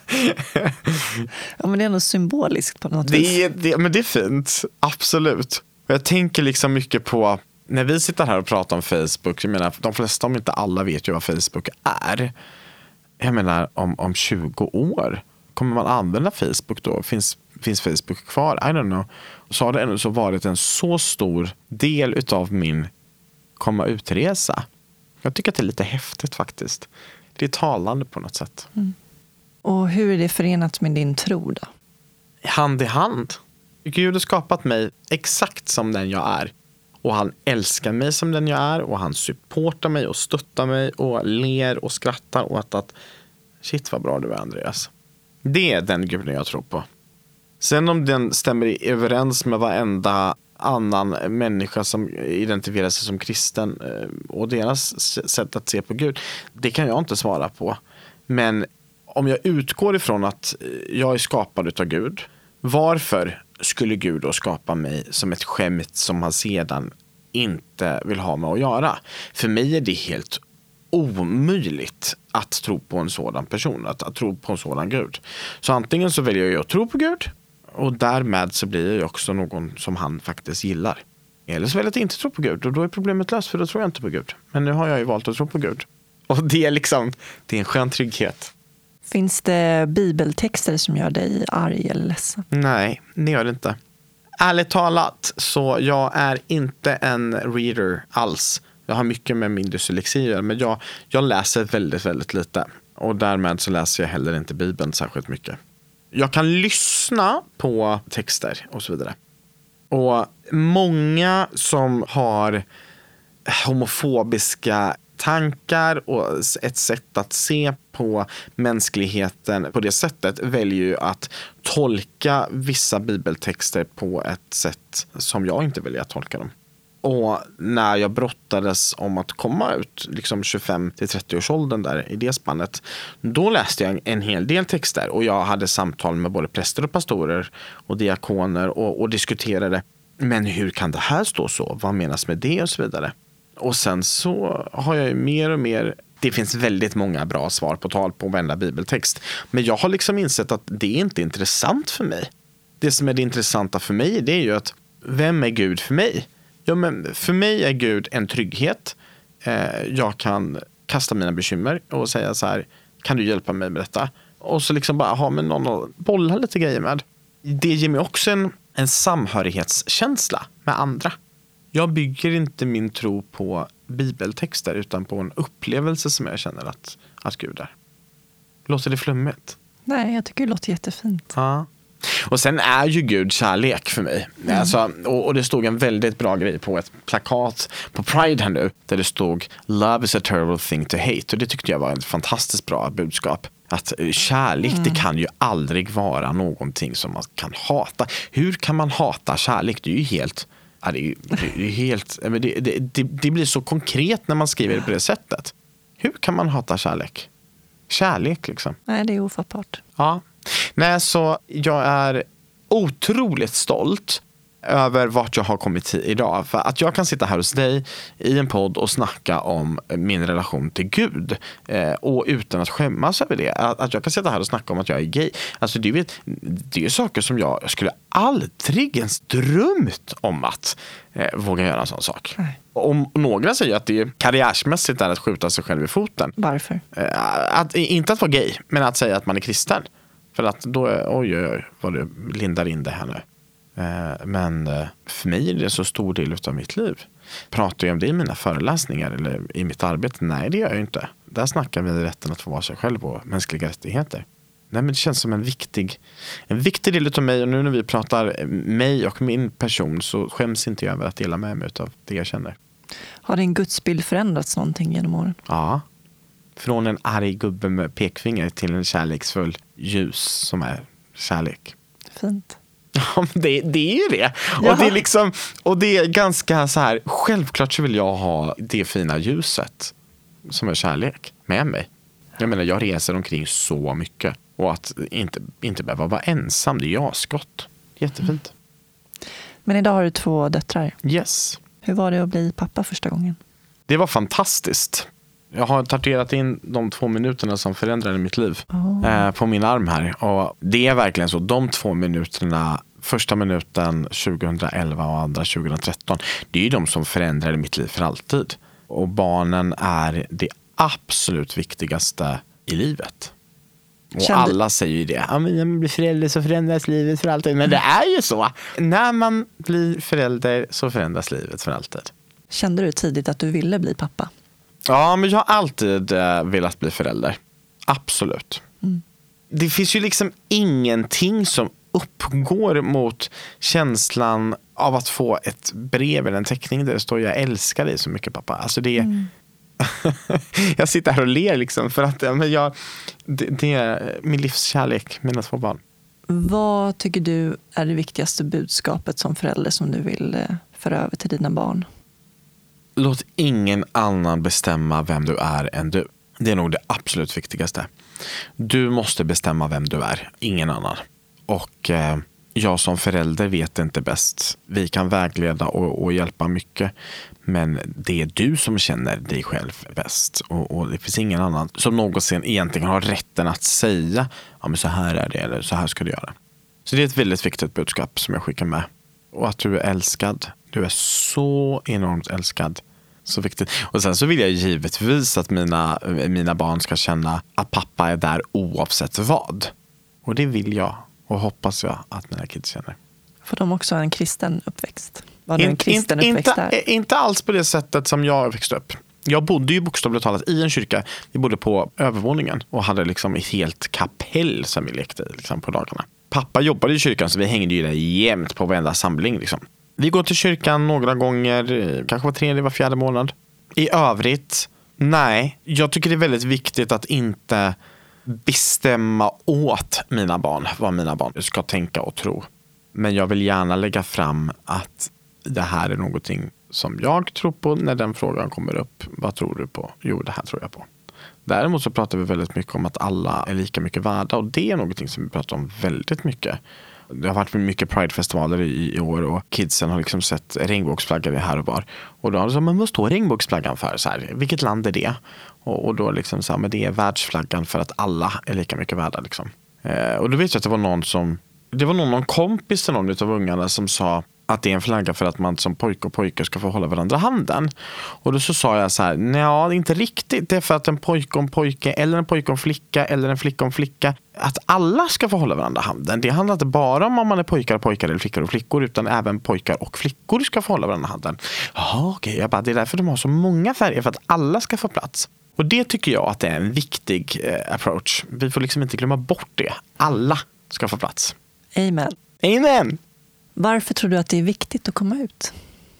ja men det är ändå symboliskt på något det, vis. Det, men det är fint, absolut. Och jag tänker liksom mycket på, när vi sitter här och pratar om Facebook, jag menar, de flesta om inte alla vet ju vad Facebook är. Jag menar, om, om tjugo år kommer man använda Facebook då? Finns, finns Facebook kvar? I don't know. Och så har det ändå så varit en så stor del utav min komma utresa. Jag tycker att det är lite häftigt faktiskt. Det är talande på något sätt. Mm. Och hur är det förenat med din tro då? Hand i hand. Gud har skapat mig exakt som den jag är. Och han älskar mig som den jag är. Och han supportar mig och stöttar mig. Och ler och skrattar åt att shit vad bra du är, Andreas. Det är den guden jag tror på. Sen om den stämmer överens med varenda annan människa som identifierar sig som kristen och deras sätt att se på Gud, det kan jag inte svara på. Men om jag utgår ifrån att jag är skapad utav Gud, varför skulle Gud då skapa mig som ett skämt som han sedan inte vill ha med att göra? För mig är det helt omöjligt att tro på en sådan person, att, att tro på en sådan Gud. Så antingen så väljer jag att tro på Gud, och därmed så blir jag också någon som han faktiskt gillar. Eller så väljer jag att inte tro på Gud, och då är problemet löst, för då tror jag inte på Gud. Men nu har jag ju valt att tro på Gud. Och det är liksom, det är en skön trygghet. Finns det bibeltexter som gör dig arg eller ledsen? Nej, det gör det inte. Ärligt talat, så jag är inte en reader alls. Jag har mycket med min dyslexi, men jag, jag läser väldigt, väldigt lite. Och därmed så läser jag heller inte Bibeln särskilt mycket. Jag kan lyssna på texter och så vidare. Och många som har homofobiska tankar och ett sätt att se på mänskligheten på det sättet väljer ju att tolka vissa bibeltexter på ett sätt som jag inte väljer att tolka dem. Och när jag brottades om att komma ut liksom tjugofem till trettio års åldern där i det spannet, då läste jag en hel del texter och jag hade samtal med både präster och pastorer och diakoner och, och diskuterade, men hur kan det här stå så? Vad menas med det och så vidare? Och sen så har jag ju mer och mer, det finns väldigt många bra svar på tal på varenda bibeltext, men jag har liksom insett att det är inte intressant för mig. Det som är det intressanta för mig, det är ju att vem är Gud för mig? Ja, men för mig är Gud en trygghet. Eh, jag kan kasta mina bekymmer och säga så här, kan du hjälpa mig med detta? Och så liksom bara ha med någon och bolla lite grejer med. Det ger mig också en, en samhörighetskänsla med andra. Jag bygger inte min tro på bibeltexter utan på en upplevelse som jag känner att, att Gud är. Låter det flummigt? Nej, jag tycker det låter jättefint. Ja. Och sen är ju Gud kärlek för mig. Mm. Alltså, och, och det stod en väldigt bra grej på ett plakat på Pride här nu, där det stod Love is a terrible thing to hate. Och det tyckte jag var ett fantastiskt bra budskap. Att kärlek, mm. det kan ju aldrig vara någonting som man kan hata. Hur kan man hata kärlek? Det är ju helt... Ja, det, är, det, är helt det, det, det, det blir så konkret när man skriver det på det sättet. Hur kan man hata kärlek? Kärlek liksom. Nej, det är ofattbart. Ja. Nej, så jag är otroligt stolt över vart jag har kommit till idag. För att jag kan sitta här hos dig i en podd och snacka om min relation till Gud. Eh, och utan att skämmas över det. Att, att jag kan sitta här och snacka om att jag är gay. Alltså du vet, det är saker som jag, jag skulle aldrig ens drömt om att eh, våga göra en sån sak. Nej. Om några säger att det är karriärsmässigt är att skjuta sig själv i foten. Varför? Eh, att, inte att vara gay, men att säga att man är kristen. För att då, oj oj oj, vad du lindar in det här nu. Men för mig är det så stor del av mitt liv. Pratar jag om det i mina föreläsningar eller i mitt arbete? Nej, det gör jag inte. Där snackar vi rätten att få vara sig själv och mänskliga rättigheter. Nej, men det känns som en viktig, en viktig del av mig. Och nu när vi pratar mig och min person så skäms inte jag över att dela med mig av det jag känner. Har din gudsbild förändrats någonting genom åren? Ja. Från en arg gubbe med pekfinger till en kärleksfull ljus som är kärlek. Fint. Ja, det, det är ju det. Ja. Och det är liksom, och det är ganska så här, självklart så vill jag ha det fina ljuset som är kärlek med mig. Jag menar, jag reser omkring så mycket. Och att inte, inte behöva vara ensam, det är jag skott. Jättefint. Mm. Men idag har du två döttrar. Yes. Hur var det att bli pappa första gången? Det var fantastiskt. Jag har tatuerat in de två minuterna som förändrade mitt liv oh. eh, på min arm här. Och det är verkligen så. De två minuterna, första minuten tjugoelva och andra tjugotretton, det är ju de som förändrade mitt liv för alltid. Och barnen är det absolut viktigaste i livet. Och Kände... alla säger ju det. Ja, men när man blir förälder så förändras livet för alltid. Men det är ju så. När man blir förälder så förändras livet för alltid. Kände du tidigt att du ville bli pappa? Ja, men jag har alltid eh, velat bli förälder. Absolut. Mm. Det finns ju liksom ingenting som uppgår mot känslan av att få ett brev eller en teckning där det står jag älskar dig så mycket pappa. Alltså det är... Mm. Jag sitter här och ler liksom för att men jag, det, det är min livskärlek, mina två barn. Vad tycker du är det viktigaste budskapet som förälder som du vill föra över till dina barn? Låt ingen annan bestämma vem du är än du. Det är nog det absolut viktigaste. Du måste bestämma vem du är, ingen annan. Och eh, jag som förälder vet inte bäst. Vi kan vägleda och, och hjälpa mycket. Men det är du som känner dig själv bäst. Och, och det finns ingen annan som någonsin egentligen har rätten att säga ja, men så här är det eller så här ska du göra. Så det är ett väldigt viktigt budskap som jag skickar med. Och att du är älskad. Du är så enormt älskad. Så viktigt. Och sen så vill jag givetvis att mina, mina barn ska känna att pappa är där oavsett vad. Och det vill jag och hoppas jag att mina kids känner. Får de också en kristen uppväxt? Var det en kristen in, uppväxt inte, där? Inte alls på det sättet som jag växte upp. Jag bodde ju bokstavligt talat i en kyrka. Vi bodde på övervåningen och hade liksom ett helt kapell som vi lekte i liksom på dagarna. Pappa jobbade i kyrkan så vi hängde ju där jämt på varenda samling liksom. Vi går till kyrkan några gånger, kanske var tredje, var fjärde månad. I övrigt, nej. Jag tycker det är väldigt viktigt att inte bestämma åt mina barn vad mina barn ska tänka och tro. Men jag vill gärna lägga fram att det här är någonting som jag tror på när den frågan kommer upp. Vad tror du på? Jo, det här tror jag på. Däremot så pratar vi väldigt mycket om att alla är lika mycket värda och det är någonting som vi pratar om väldigt mycket. Det har varit mycket Pride-festivaler i, i år och kidsen har liksom sett regnbågsflaggar här och var. Och då har de sagt, men vad står regnbågsflaggan för? Så här, vilket land är det? Och, och då liksom så här, men det är världsflaggan för att alla är lika mycket värda liksom. Eh, och då vet jag att det var någon som, det var någon, någon kompis till någon av ungarna som sa att det är en flagga för att man som pojke och pojke ska få hålla varandra handen. Och då så sa jag så här, nej, inte riktigt. Det är för att en pojke och en pojke eller en pojke och en flicka eller en flicka och en flicka, att alla ska få hålla varandra handen. Det handlar inte bara om om man är pojkar och pojkar eller flickor och flickor, utan även pojkar och flickor ska få hålla varandra handen. Jaha, okej. Jag bara, det är därför de har så många färger, för att alla ska få plats. Och det tycker jag att det är en viktig eh, approach. Vi får liksom inte glömma bort det. Alla ska få plats. Amen. Amen! Varför tror du att det är viktigt att komma ut?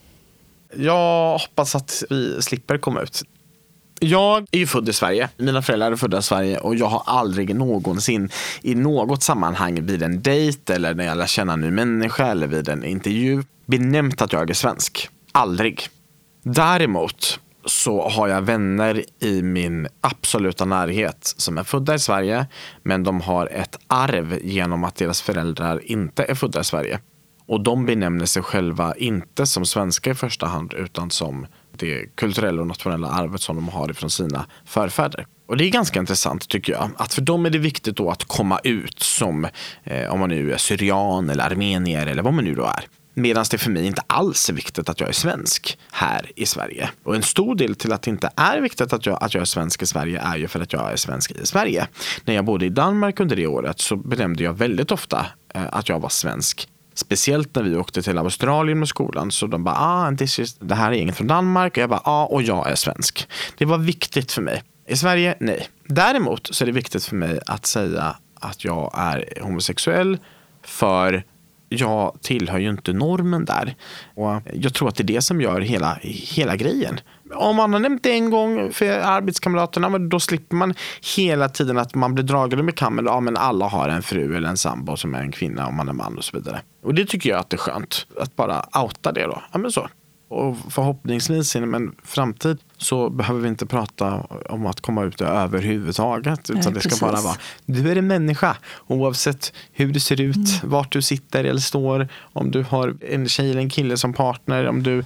Jag hoppas att vi slipper komma ut. Jag är ju född i Sverige. Mina föräldrar är födda i Sverige och jag har aldrig någonsin i något sammanhang vid en dejt eller när jag lär känna en ny människa eller vid en intervju benämnt att jag är svensk. Aldrig. Däremot så har jag vänner i min absoluta närhet som är födda i Sverige, men de har ett arv genom att deras föräldrar inte är födda i Sverige. Och de benämner sig själva inte som svenska i första hand, utan som det kulturella och nationella arvet som de har ifrån sina förfäder. Och det är ganska intressant tycker jag, att för dem är det viktigt då att komma ut som, eh, om man nu är syrian eller armenier eller vad man nu då är. Medan det för mig inte alls är viktigt att jag är svensk här i Sverige. Och en stor del till att det inte är viktigt att jag, att jag är svensk i Sverige är ju för att jag är svensk i Sverige. När jag bodde i Danmark under det året så benämnde jag väldigt ofta eh, att jag var svensk. Speciellt när vi åkte till Australien med skolan. Så de bara, ah, this is, det här är ingen från Danmark. Och jag bara, ja, ah, och jag är svensk. Det var viktigt för mig. I Sverige, nej. Däremot så är det viktigt för mig att säga att jag är homosexuell, för jag tillhör ju inte normen där. Och jag tror att det är det som gör hela, hela grejen. Om man har nämnt det en gång för arbetskamraterna, då slipper man hela tiden att man blir dragen med kammen. Ja, men alla har en fru eller en sambo som är en kvinna om man är man och så vidare. Och det tycker jag att det är skönt. Att bara outa det då. Ja, men så. Och förhoppningsvis inom en framtid så behöver vi inte prata om att komma ut överhuvudtaget. Utan Nej, det ska precis. bara vara, du är en människa. Oavsett hur du ser ut, mm. vart du sitter eller står. Om du har en tjej eller en kille som partner. Om du,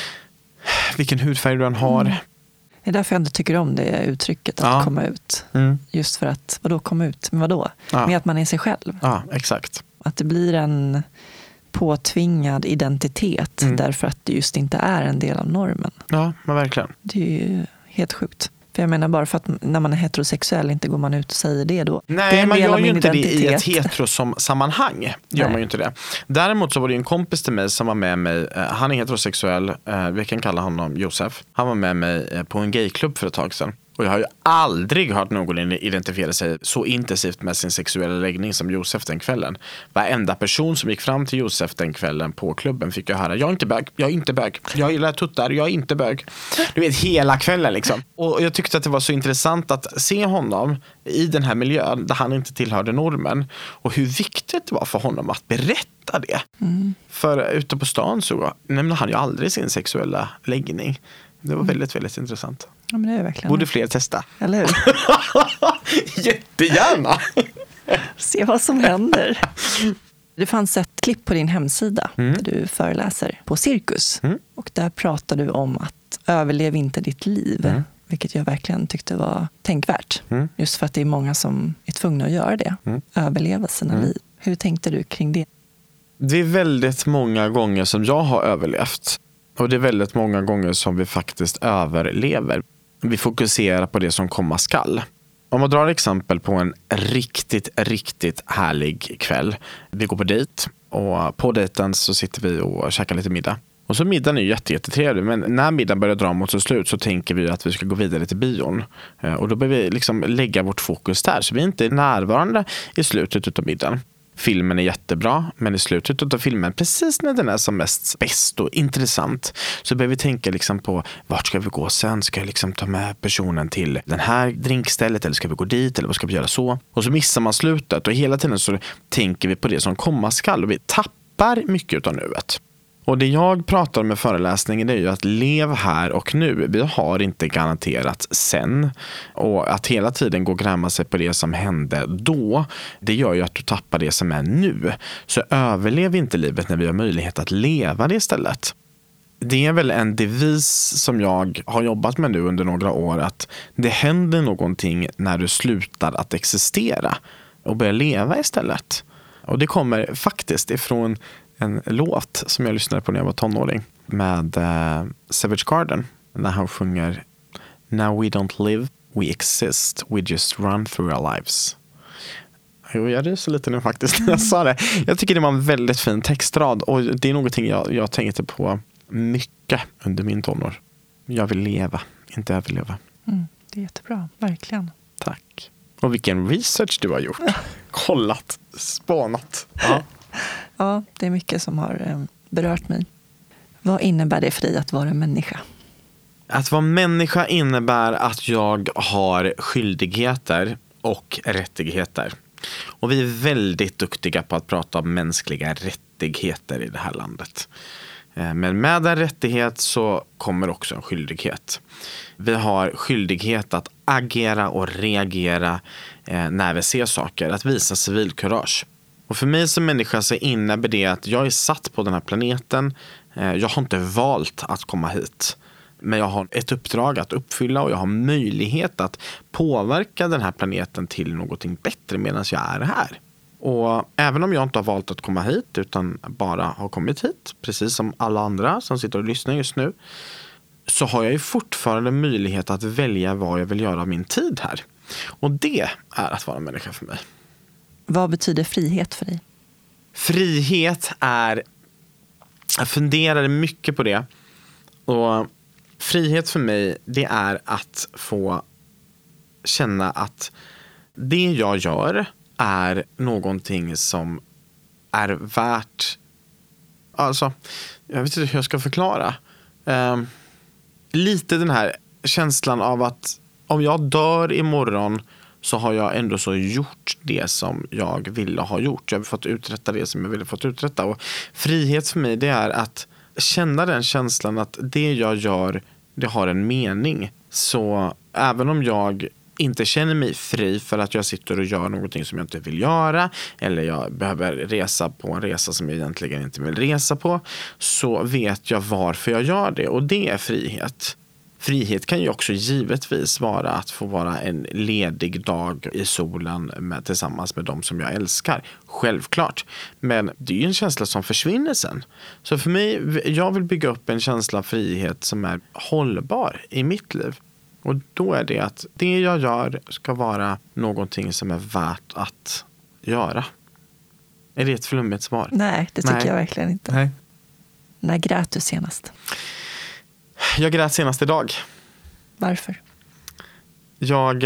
vilken hudfärg du än har. Mm. Det är därför jag inte tycker om det uttrycket, att ja. komma ut. Mm. Just för att, vadå komma ut? Men vadå? Ja. Med att man är sig själv. Ja, exakt. Att det blir en påtvingad identitet mm. därför att det just inte är en del av normen. Ja, men verkligen. Det är ju helt sjukt. För jag menar, bara för att när man är heterosexuell inte går man ut och säger det då. Nej, det man gör ju inte identitet. Det i ett heterosammanhang. Gör Nej. man ju inte det. Däremot så var det en kompis till mig som var med mig. Han är heterosexuell. Vi kan kalla honom Josef. Han var med mig på en gayklubb för ett tag sedan. Och jag har ju aldrig hört någon identifiera sig så intensivt med sin sexuella läggning som Josef den kvällen. Varenda person som gick fram till Josef den kvällen på klubben fick jag höra, jag är inte bög, jag är inte bög, jag gillar tuttar, jag är inte bög. Du vet, hela kvällen liksom. Och jag tyckte att det var så intressant att se honom i den här miljön där han inte tillhörde normen. Och hur viktigt det var för honom att berätta det. Mm. För ute på stan så nämnde han ju aldrig sin sexuella läggning. Det var väldigt, väldigt intressant. Ja, men det är verkligen. Borde fler testa. Eller hur? Jättegärna. Se vad som händer. Det fanns ett klipp på din hemsida mm. där du föreläser på Cirkus. Mm. Och där pratar du om att överlev inte ditt liv. Mm. Vilket jag verkligen tyckte var tänkvärt. Mm. Just för att det är många som är tvungna att göra det. Mm. Överleva sina mm. liv. Hur tänkte du kring det? Det är väldigt många gånger som jag har överlevt. Och det är väldigt många gånger som vi faktiskt överlever. Vi fokuserar på det som komma skall. Om man drar exempel på en riktigt, riktigt härlig kväll. Vi går på dejt och på dejten så sitter vi och käkar lite middag. Och så middagen är ju jätte, jättetrevlig, men när middagen börjar dra mot sitt slut så tänker vi att vi ska gå vidare till bion. Och då behöver vi liksom lägga vårt fokus där, så vi är inte närvarande i slutet av middagen. Filmen är jättebra, men i slutet av filmen, precis när den är som mest bäst och intressant, så behöver vi tänka liksom på vart ska vi gå sen? Ska jag liksom ta med personen till den här drinkstället, eller ska vi gå dit, eller vad ska vi göra så? Och så missar man slutet, och hela tiden så tänker vi på det som komma skall, och vi tappar mycket av nuet. Och det jag pratar med föreläsningen är ju att lev här och nu. Vi har inte garanterat sen. Och att hela tiden gå och gräma sig på det som hände då, det gör ju att du tappar det som är nu. Så överlev inte livet när vi har möjlighet att leva det istället. Det är väl en devis som jag har jobbat med nu under några år, att det händer någonting när du slutar att existera och börjar leva istället. Och det kommer faktiskt ifrån en låt som jag lyssnade på när jag var tonåring med uh, Savage Garden, när han sjunger Now we don't live, we exist, we just run through our lives. Jo, jag ryser lite nu faktiskt när jag sa det. Jag tycker det var en väldigt fin textrad, och det är någonting jag, jag tänkte på mycket under min tonår. Jag vill leva, inte överleva. Mm, det är jättebra, verkligen. Tack. Och vilken research du har gjort. Kollat, spånat. Ja. Ja, det är mycket som har berört mig. Vad innebär det för dig att vara en människa? Att vara människa innebär att jag har skyldigheter och rättigheter. Och vi är väldigt duktiga på att prata om mänskliga rättigheter i det här landet. Men med en rättighet så kommer också en skyldighet. Vi har skyldighet att agera och reagera när vi ser saker. Att visa civilkurage. Och för mig som människa så innebär det att jag är satt på den här planeten. Jag har inte valt att komma hit. Men jag har ett uppdrag att uppfylla, och jag har möjlighet att påverka den här planeten till någonting bättre medan jag är här. Och även om jag inte har valt att komma hit utan bara har kommit hit, precis som alla andra som sitter och lyssnar just nu, så har jag ju fortfarande möjlighet att välja vad jag vill göra av min tid här. Och det är att vara människa för mig. Vad betyder frihet för dig? Frihet är... Jag funderade mycket på det. Och frihet för mig, det är att få känna att det jag gör är någonting som är värt... Alltså, jag vet inte hur jag ska förklara. Um, lite den här känslan av att om jag dör imorgon så har jag ändå så gjort det som jag ville ha gjort. Jag har fått uträtta det som jag ville fått uträtta. Och frihet för mig, det är att känna den känslan att det jag gör, det har en mening. Så även om jag inte känner mig fri för att jag sitter och gör någonting som jag inte vill göra, eller jag behöver resa på en resa som jag egentligen inte vill resa på, så vet jag varför jag gör det. Och det är frihet. Frihet kan ju också givetvis vara att få vara en ledig dag i solen med, tillsammans med de som jag älskar. Självklart. Men det är ju en känsla som försvinner sen. Så för mig, jag vill bygga upp en känsla av frihet som är hållbar i mitt liv. Och då är det att det jag gör ska vara någonting som är värt att göra. Är det ett flummigt svar? Nej, det tycker Nej. jag verkligen inte. Nej. När grät du senast? Jag grät senast idag. Varför? Jag,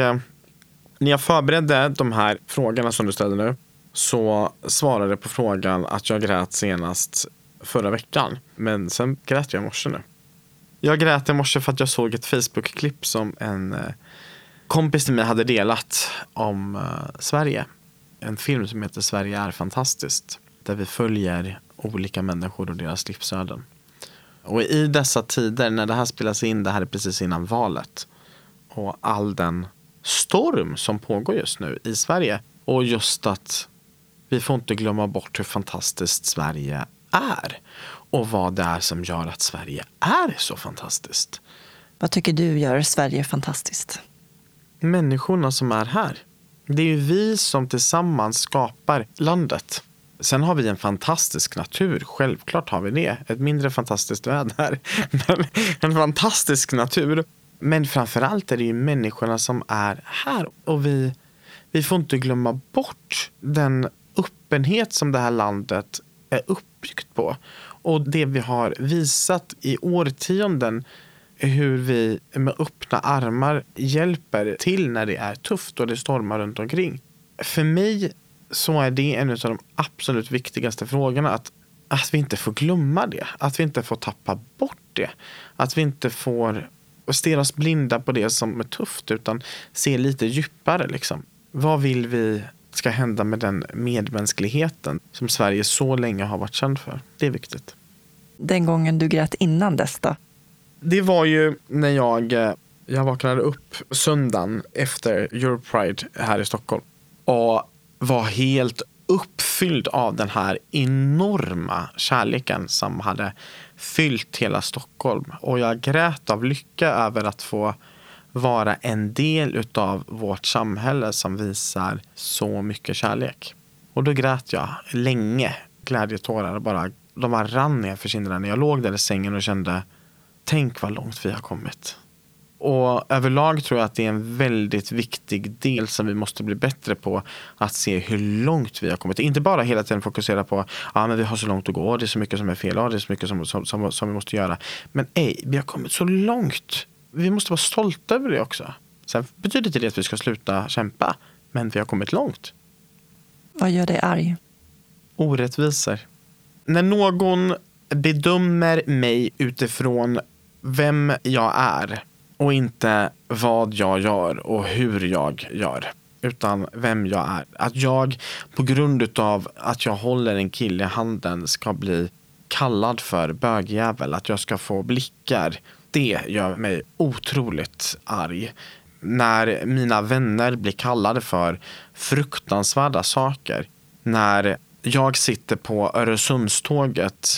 när jag förberedde de här frågorna som du ställde nu, så svarade jag på frågan att jag grät senast förra veckan. Men sen grät jag i morse nu. Jag grät i morse för att jag såg ett Facebook-klipp som en kompis till mig hade delat om Sverige. En film som heter Sverige är fantastiskt. Där vi följer olika människor och deras livsöden. Och i dessa tider när det här spelas in, det här är precis innan valet. Och all den storm som pågår just nu i Sverige. Och just att vi får inte glömma bort hur fantastiskt Sverige är. Och vad det är som gör att Sverige är så fantastiskt. Vad tycker du gör Sverige fantastiskt? Människorna som är här. Det är ju vi som tillsammans skapar landet. Sen har vi en fantastisk natur. Självklart har vi det. Ett mindre fantastiskt väder. Men en fantastisk natur. Men framförallt är det ju människorna som är här. Och vi, vi får inte glömma bort den öppenhet som det här landet är uppbyggt på. Och det vi har visat i årtionden, hur vi med öppna armar hjälper till när det är tufft och det stormar runt omkring. För mig så är det en av de absolut viktigaste frågorna, att, att vi inte får glömma det. Att vi inte får tappa bort det. Att vi inte får stirra oss blinda på det som är tufft, utan se lite djupare liksom. Vad vill vi ska hända med den medmänskligheten som Sverige så länge har varit känd för? Det är viktigt. Den gången du grät innan dess då? Det var ju när jag, jag vaknade upp söndagen efter Europe Pride här i Stockholm. Och var helt uppfylld av den här enorma kärleken som hade fyllt hela Stockholm. Och jag grät av lycka över att få vara en del utav vårt samhälle som visar så mycket kärlek. Och då grät jag länge, glädjetårar, bara de bara rann ner för kinderna när jag låg där i sängen och kände, tänk vad långt vi har kommit. Och överlag tror jag att det är en väldigt viktig del som vi måste bli bättre på, att se hur långt vi har kommit. Inte bara hela tiden fokusera på ja, men vi har så långt att gå, det är så mycket som är fel, det är så mycket som, som, som, som vi måste göra. Men ej, vi har kommit så långt. Vi måste vara stolta över det också. Sen betyder inte det att vi ska sluta kämpa, men vi har kommit långt. Vad gör dig arg? Orättvisor. När någon bedömer mig utifrån vem jag är och inte vad jag gör och hur jag gör, utan vem jag är. Att jag på grund av att jag håller en kille i handen ska bli kallad för bögjävel, att jag ska få blickar, det gör mig otroligt arg. När mina vänner blir kallade för fruktansvärda saker. När jag sitter på Öresundståget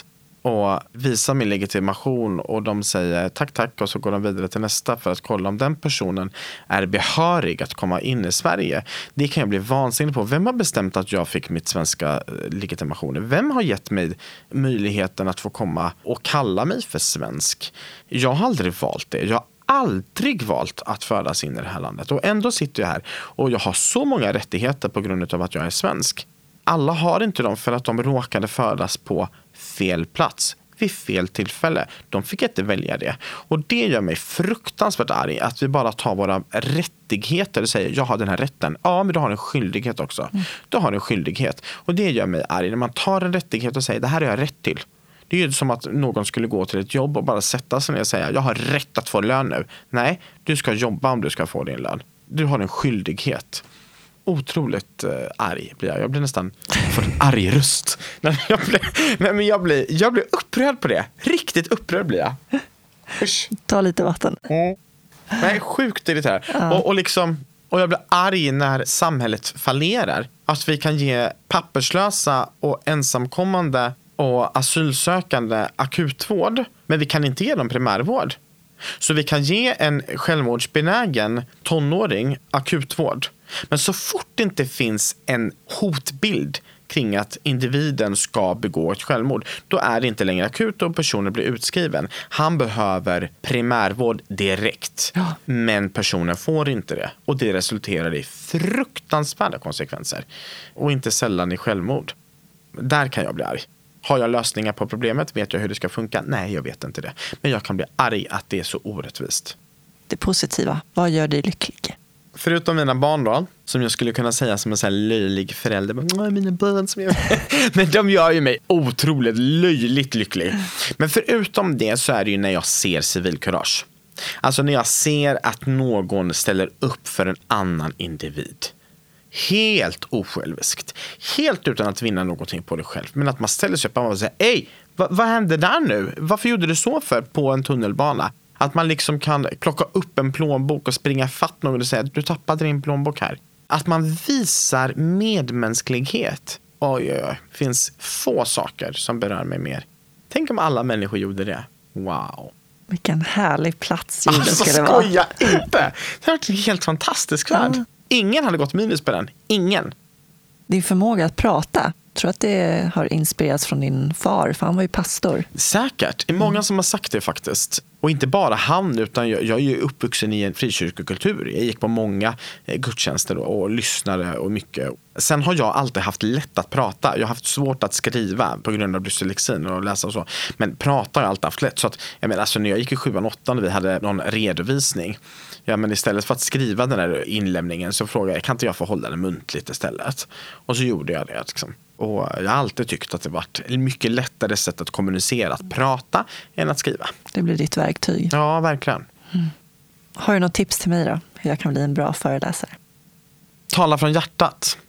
och visar min legitimation och de säger tack tack och så går de vidare till nästa för att kolla om den personen är behörig att komma in i Sverige. Det kan jag bli vansinnig på. Vem har bestämt att jag fick mitt svenska legitimation? Vem har gett mig möjligheten att få komma och kalla mig för svensk? Jag har aldrig valt det. Jag har aldrig valt att födas in i det här landet och ändå sitter jag här och jag har så många rättigheter på grund av att jag är svensk. Alla har inte dem för att de råkade födas på fel plats vid fel tillfälle. De fick inte välja det. Och det gör mig fruktansvärt arg att vi bara tar våra rättigheter och säger jag har den här rätten. Ja, men du har en skyldighet också. Mm. Du har en skyldighet. Och det gör mig arg när man tar en rättighet och säger det här är jag rätt till. Det är ju som att någon skulle gå till ett jobb och bara sätta sig ner och säga jag har rätt att få lön nu. Nej, du ska jobba om du ska få din lön. Du har en skyldighet. Otroligt eh, arg blir jag. Jag blir nästan för en arg röst. Nej, jag blir, nej, men jag blir, jag blir upprörd på det. Riktigt upprörd blir jag. Usch. Ta lite vatten. Mm. Nej, sjukt irriterad. Ja. Och, och, liksom, och jag blir arg när samhället fallerar. Att vi kan ge papperslösa och ensamkommande och asylsökande akutvård. Men vi kan inte ge dem primärvård. Så vi kan ge en självmordsbenägen tonåring akutvård. Men så fort det inte finns en hotbild kring att individen ska begå ett självmord, då är det inte längre akut och personen blir utskriven. Han behöver primärvård direkt, ja. Men personen får inte det. Och det resulterar i fruktansvärda konsekvenser. Och inte sällan i självmord. Där kan jag bli arg. Har jag lösningar på problemet? Vet jag hur det ska funka? Nej, jag vet inte det. Men jag kan bli arg att det är så orättvist. Det positiva, vad gör dig lycklig? Förutom mina barn då, som jag skulle kunna säga som en sån här löjlig förälder. Mina barn som jag... Men de gör ju mig otroligt löjligt lycklig. Men förutom det så är det ju när jag ser civilkurage. Alltså när jag ser att någon ställer upp för en annan individ. Helt osjälviskt. Helt utan att vinna någonting på det själv. Men att man ställer sig upp och säger ej, vad, vad hände där nu? Varför gjorde du så för på en tunnelbana? Att man liksom kan plocka upp en plånbok och springa fatt någon och säga du tappade din plånbok här. Att man visar medmänsklighet. Oj, oj, oj. Det finns få saker som berör mig mer. Tänk om alla människor gjorde det. Wow. Vilken härlig plats jorden alltså, ska det vara. Skoja inte. Det har varit en helt fantastisk värld. Ja. Ingen hade gått minus på den. Ingen. Din förmåga att prata. Jag tror att det har inspirerats från din far, för han var ju pastor. Säkert. Det är många mm. som har sagt det faktiskt. Och inte bara han, utan jag, jag är ju uppvuxen i en frikyrkokultur. Jag gick på många gudstjänster och, och lyssnade och mycket. Sen har jag alltid haft lätt att prata. Jag har haft svårt att skriva på grund av dyslexin och läsa och så. Men prata har jag alltid haft lätt. Så att, jag menar, alltså, när jag gick i sjuan, åttan och vi hade någon redovisning. Ja, men istället för att skriva den här inlämningen så frågade jag, kan inte jag få hålla den muntligt istället? Och så gjorde jag det liksom. Och jag har alltid tyckt att det varit ett mycket lättare sätt att kommunicera, att prata än att skriva. Det blir ditt verktyg. Ja, verkligen. Mm. Har du något tips till mig då? Hur jag kan bli en bra föreläsare? Tala från hjärtat.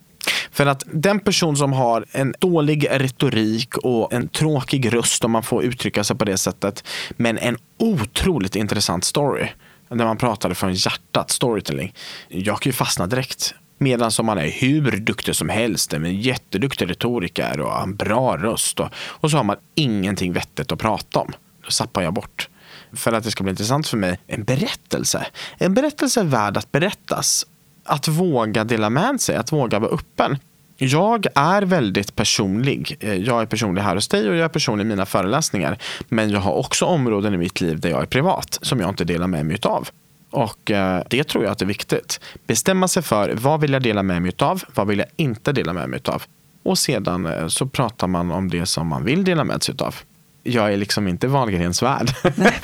För att den person som har en dålig retorik och en tråkig röst, om man får uttrycka sig på det sättet, men en otroligt intressant story, när man pratade från hjärtat, storytelling, jag kan ju fastna direkt. Medan som man är hur duktig som helst, en jätteduktig retoriker och en bra röst. Och, och så har man ingenting vettigt att prata om. Då sappar jag bort. För att det ska bli intressant för mig, en berättelse. En berättelse är värd att berättas. Att våga dela med sig, att våga vara öppen. Jag är väldigt personlig. Jag är personlig här hos dig och jag är personlig i mina föreläsningar. Men jag har också områden i mitt liv där jag är privat som jag inte delar med mig av. Och eh, det tror jag att det är viktigt. Bestämma sig för vad vill jag dela med mig av, vad vill jag inte dela med mig av. Och sedan eh, så pratar man om det som man vill dela med sig av. Jag är liksom inte Wahlgrens värld. Nej,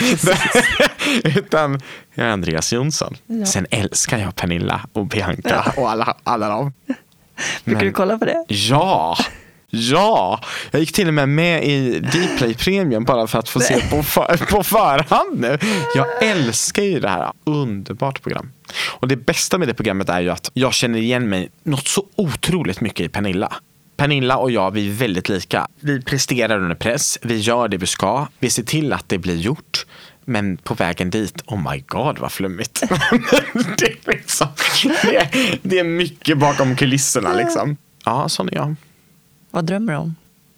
utan jag är Andreas Jonsson. Ja. Sen älskar jag Pernilla och Bianca ja. och alla, alla dem. Brukar du kolla på det? Ja! Ja, jag gick till och med med i Dplay Premium bara för att få se på, för, på förhand nu. Jag älskar ju det här. Underbart program. Och det bästa med det programmet är ju att jag känner igen mig något så otroligt mycket i Pernilla. Pernilla och jag, vi är väldigt lika. Vi presterar under press, vi gör det vi ska, vi ser till att det blir gjort. Men på vägen dit, oh my god vad flummigt. det, är liksom, det, är, det är mycket bakom kulisserna liksom. Ja, sån är jag. Vad drömmer du om?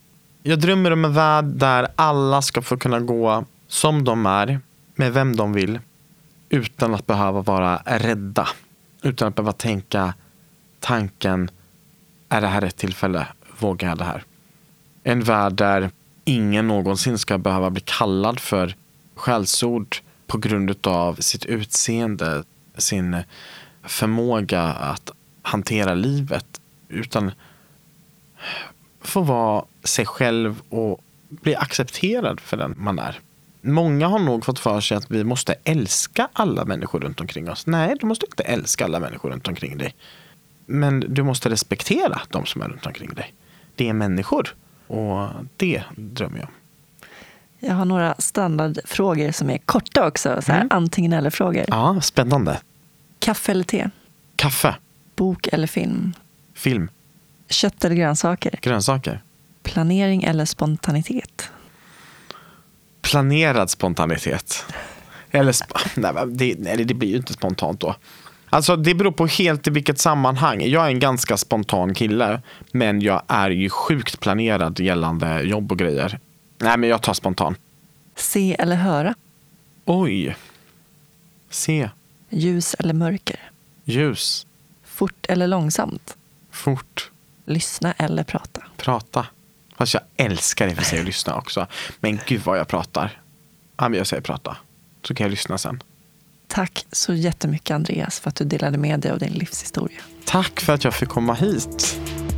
Jag drömmer om en värld där alla ska få kunna gå som de är, med vem de vill, utan att behöva vara rädda. Utan att behöva tänka tanken, är det här rätt tillfälle? Vågar jag det här? En värld där ingen någonsin ska behöva bli kallad för skällsord på grund av sitt utseende, sin förmåga att hantera livet, utan få vara sig själv och bli accepterad för den man är. Många har nog fått för sig att vi måste älska alla människor runt omkring oss. Nej, du måste inte älska alla människor runt omkring dig. Men du måste respektera de som är runt omkring dig. Det är människor. Och det drömmer jag om. Jag har några standardfrågor som är korta också. Så här, mm. Antingen eller frågor. Ja, spännande. Kaffe eller te? Kaffe. Bok eller film? Film. Kött eller grönsaker? Grönsaker. Planering eller spontanitet? Planerad spontanitet. Eller sp- nej, det, nej, det blir ju inte spontant då. Alltså det beror på helt i vilket sammanhang. Jag är en ganska spontan kille, men jag är ju sjukt planerad gällande jobb och grejer. Nej, men jag tar spontan. Se eller höra? Oj. Se. Ljus eller mörker? Ljus. Fort eller långsamt? Fort. Lyssna eller prata? Prata. Fast jag älskar det för sig att lyssna också. Men gud vad jag pratar. Ja, men jag säger prata. Så kan jag lyssna sen. Tack så jättemycket Andreas för att du delade med dig av din livshistoria. Tack för att jag fick komma hit.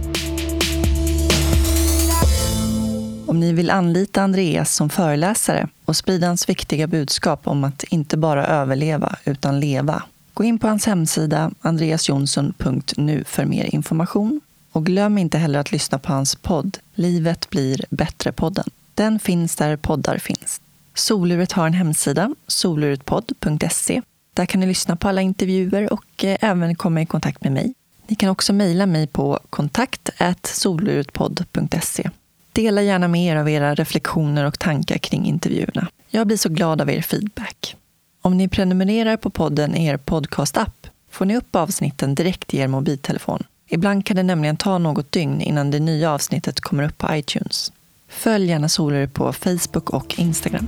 Om ni vill anlita Andreas som föreläsare och sprida hans viktiga budskap om att inte bara överleva utan leva, gå in på hans hemsida andreas jonsson punkt nu för mer information. Och glöm inte heller att lyssna på hans podd Livet blir bättre-podden. Den finns där poddar finns. Soluret har en hemsida, soluretpodd punkt se. Där kan ni lyssna på alla intervjuer och eh, även komma i kontakt med mig. Ni kan också mejla mig på kontakt snabel-a soluretpodd punkt se. Dela gärna med er av era reflektioner och tankar kring intervjuerna. Jag blir så glad av er feedback. Om ni prenumererar på podden i er podcast-app får ni upp avsnitten direkt i er mobiltelefon. Ibland kan det nämligen ta något dygn innan det nya avsnittet kommer upp på iTunes. Följ gärna Soluret på Facebook och Instagram.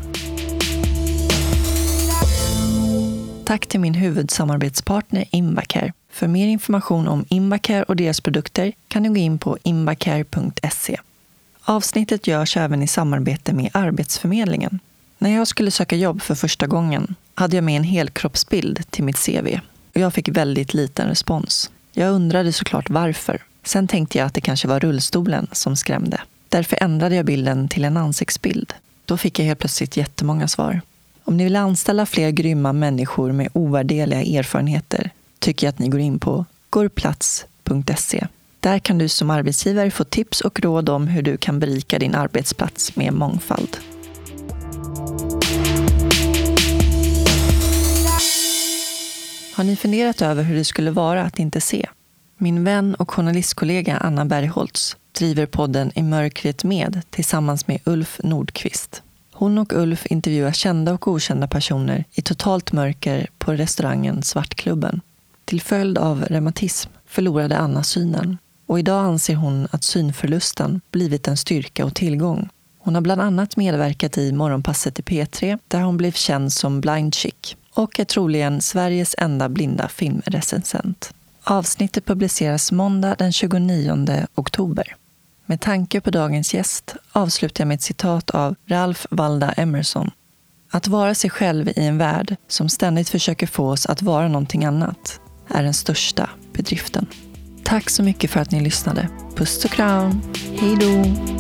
Tack till min huvudsamarbetspartner Invacare. För mer information om Invacare och deras produkter kan du gå in på invacare punkt se. Avsnittet görs även i samarbete med Arbetsförmedlingen. När jag skulle söka jobb för första gången hade jag med en helkroppsbild till mitt C V. Och jag fick väldigt liten respons. Jag undrade såklart varför. Sen tänkte jag att det kanske var rullstolen som skrämde. Därför ändrade jag bilden till en ansiktsbild. Då fick jag helt plötsligt jättemånga svar. Om ni vill anställa fler grymma människor med ovärdeliga erfarenheter tycker jag att ni går in på gorplats punkt se. Där kan du som arbetsgivare få tips och råd om hur du kan berika din arbetsplats med mångfald. Har ni funderat över hur det skulle vara att inte se? Min vän och journalistkollega Anna Bergholtz driver podden I mörkret med tillsammans med Ulf Nordqvist. Hon och Ulf intervjuar kända och okända personer i totalt mörker på restaurangen Svartklubben. Till följd av reumatism förlorade Anna synen och idag anser hon att synförlusten blivit en styrka och tillgång. Hon har bland annat medverkat i Morgonpasset i P tre där hon blev känd som Blind Chick och är troligen Sveriges enda blinda filmrecensent. Avsnittet publiceras måndag den tjugonionde oktober. Med tanke på dagens gäst avslutar jag med ett citat av Ralph Waldo Emerson. Att vara sig själv i en värld som ständigt försöker få oss att vara någonting annat är den största bedriften. Tack så mycket för att ni lyssnade. Puss och kram. Hej då!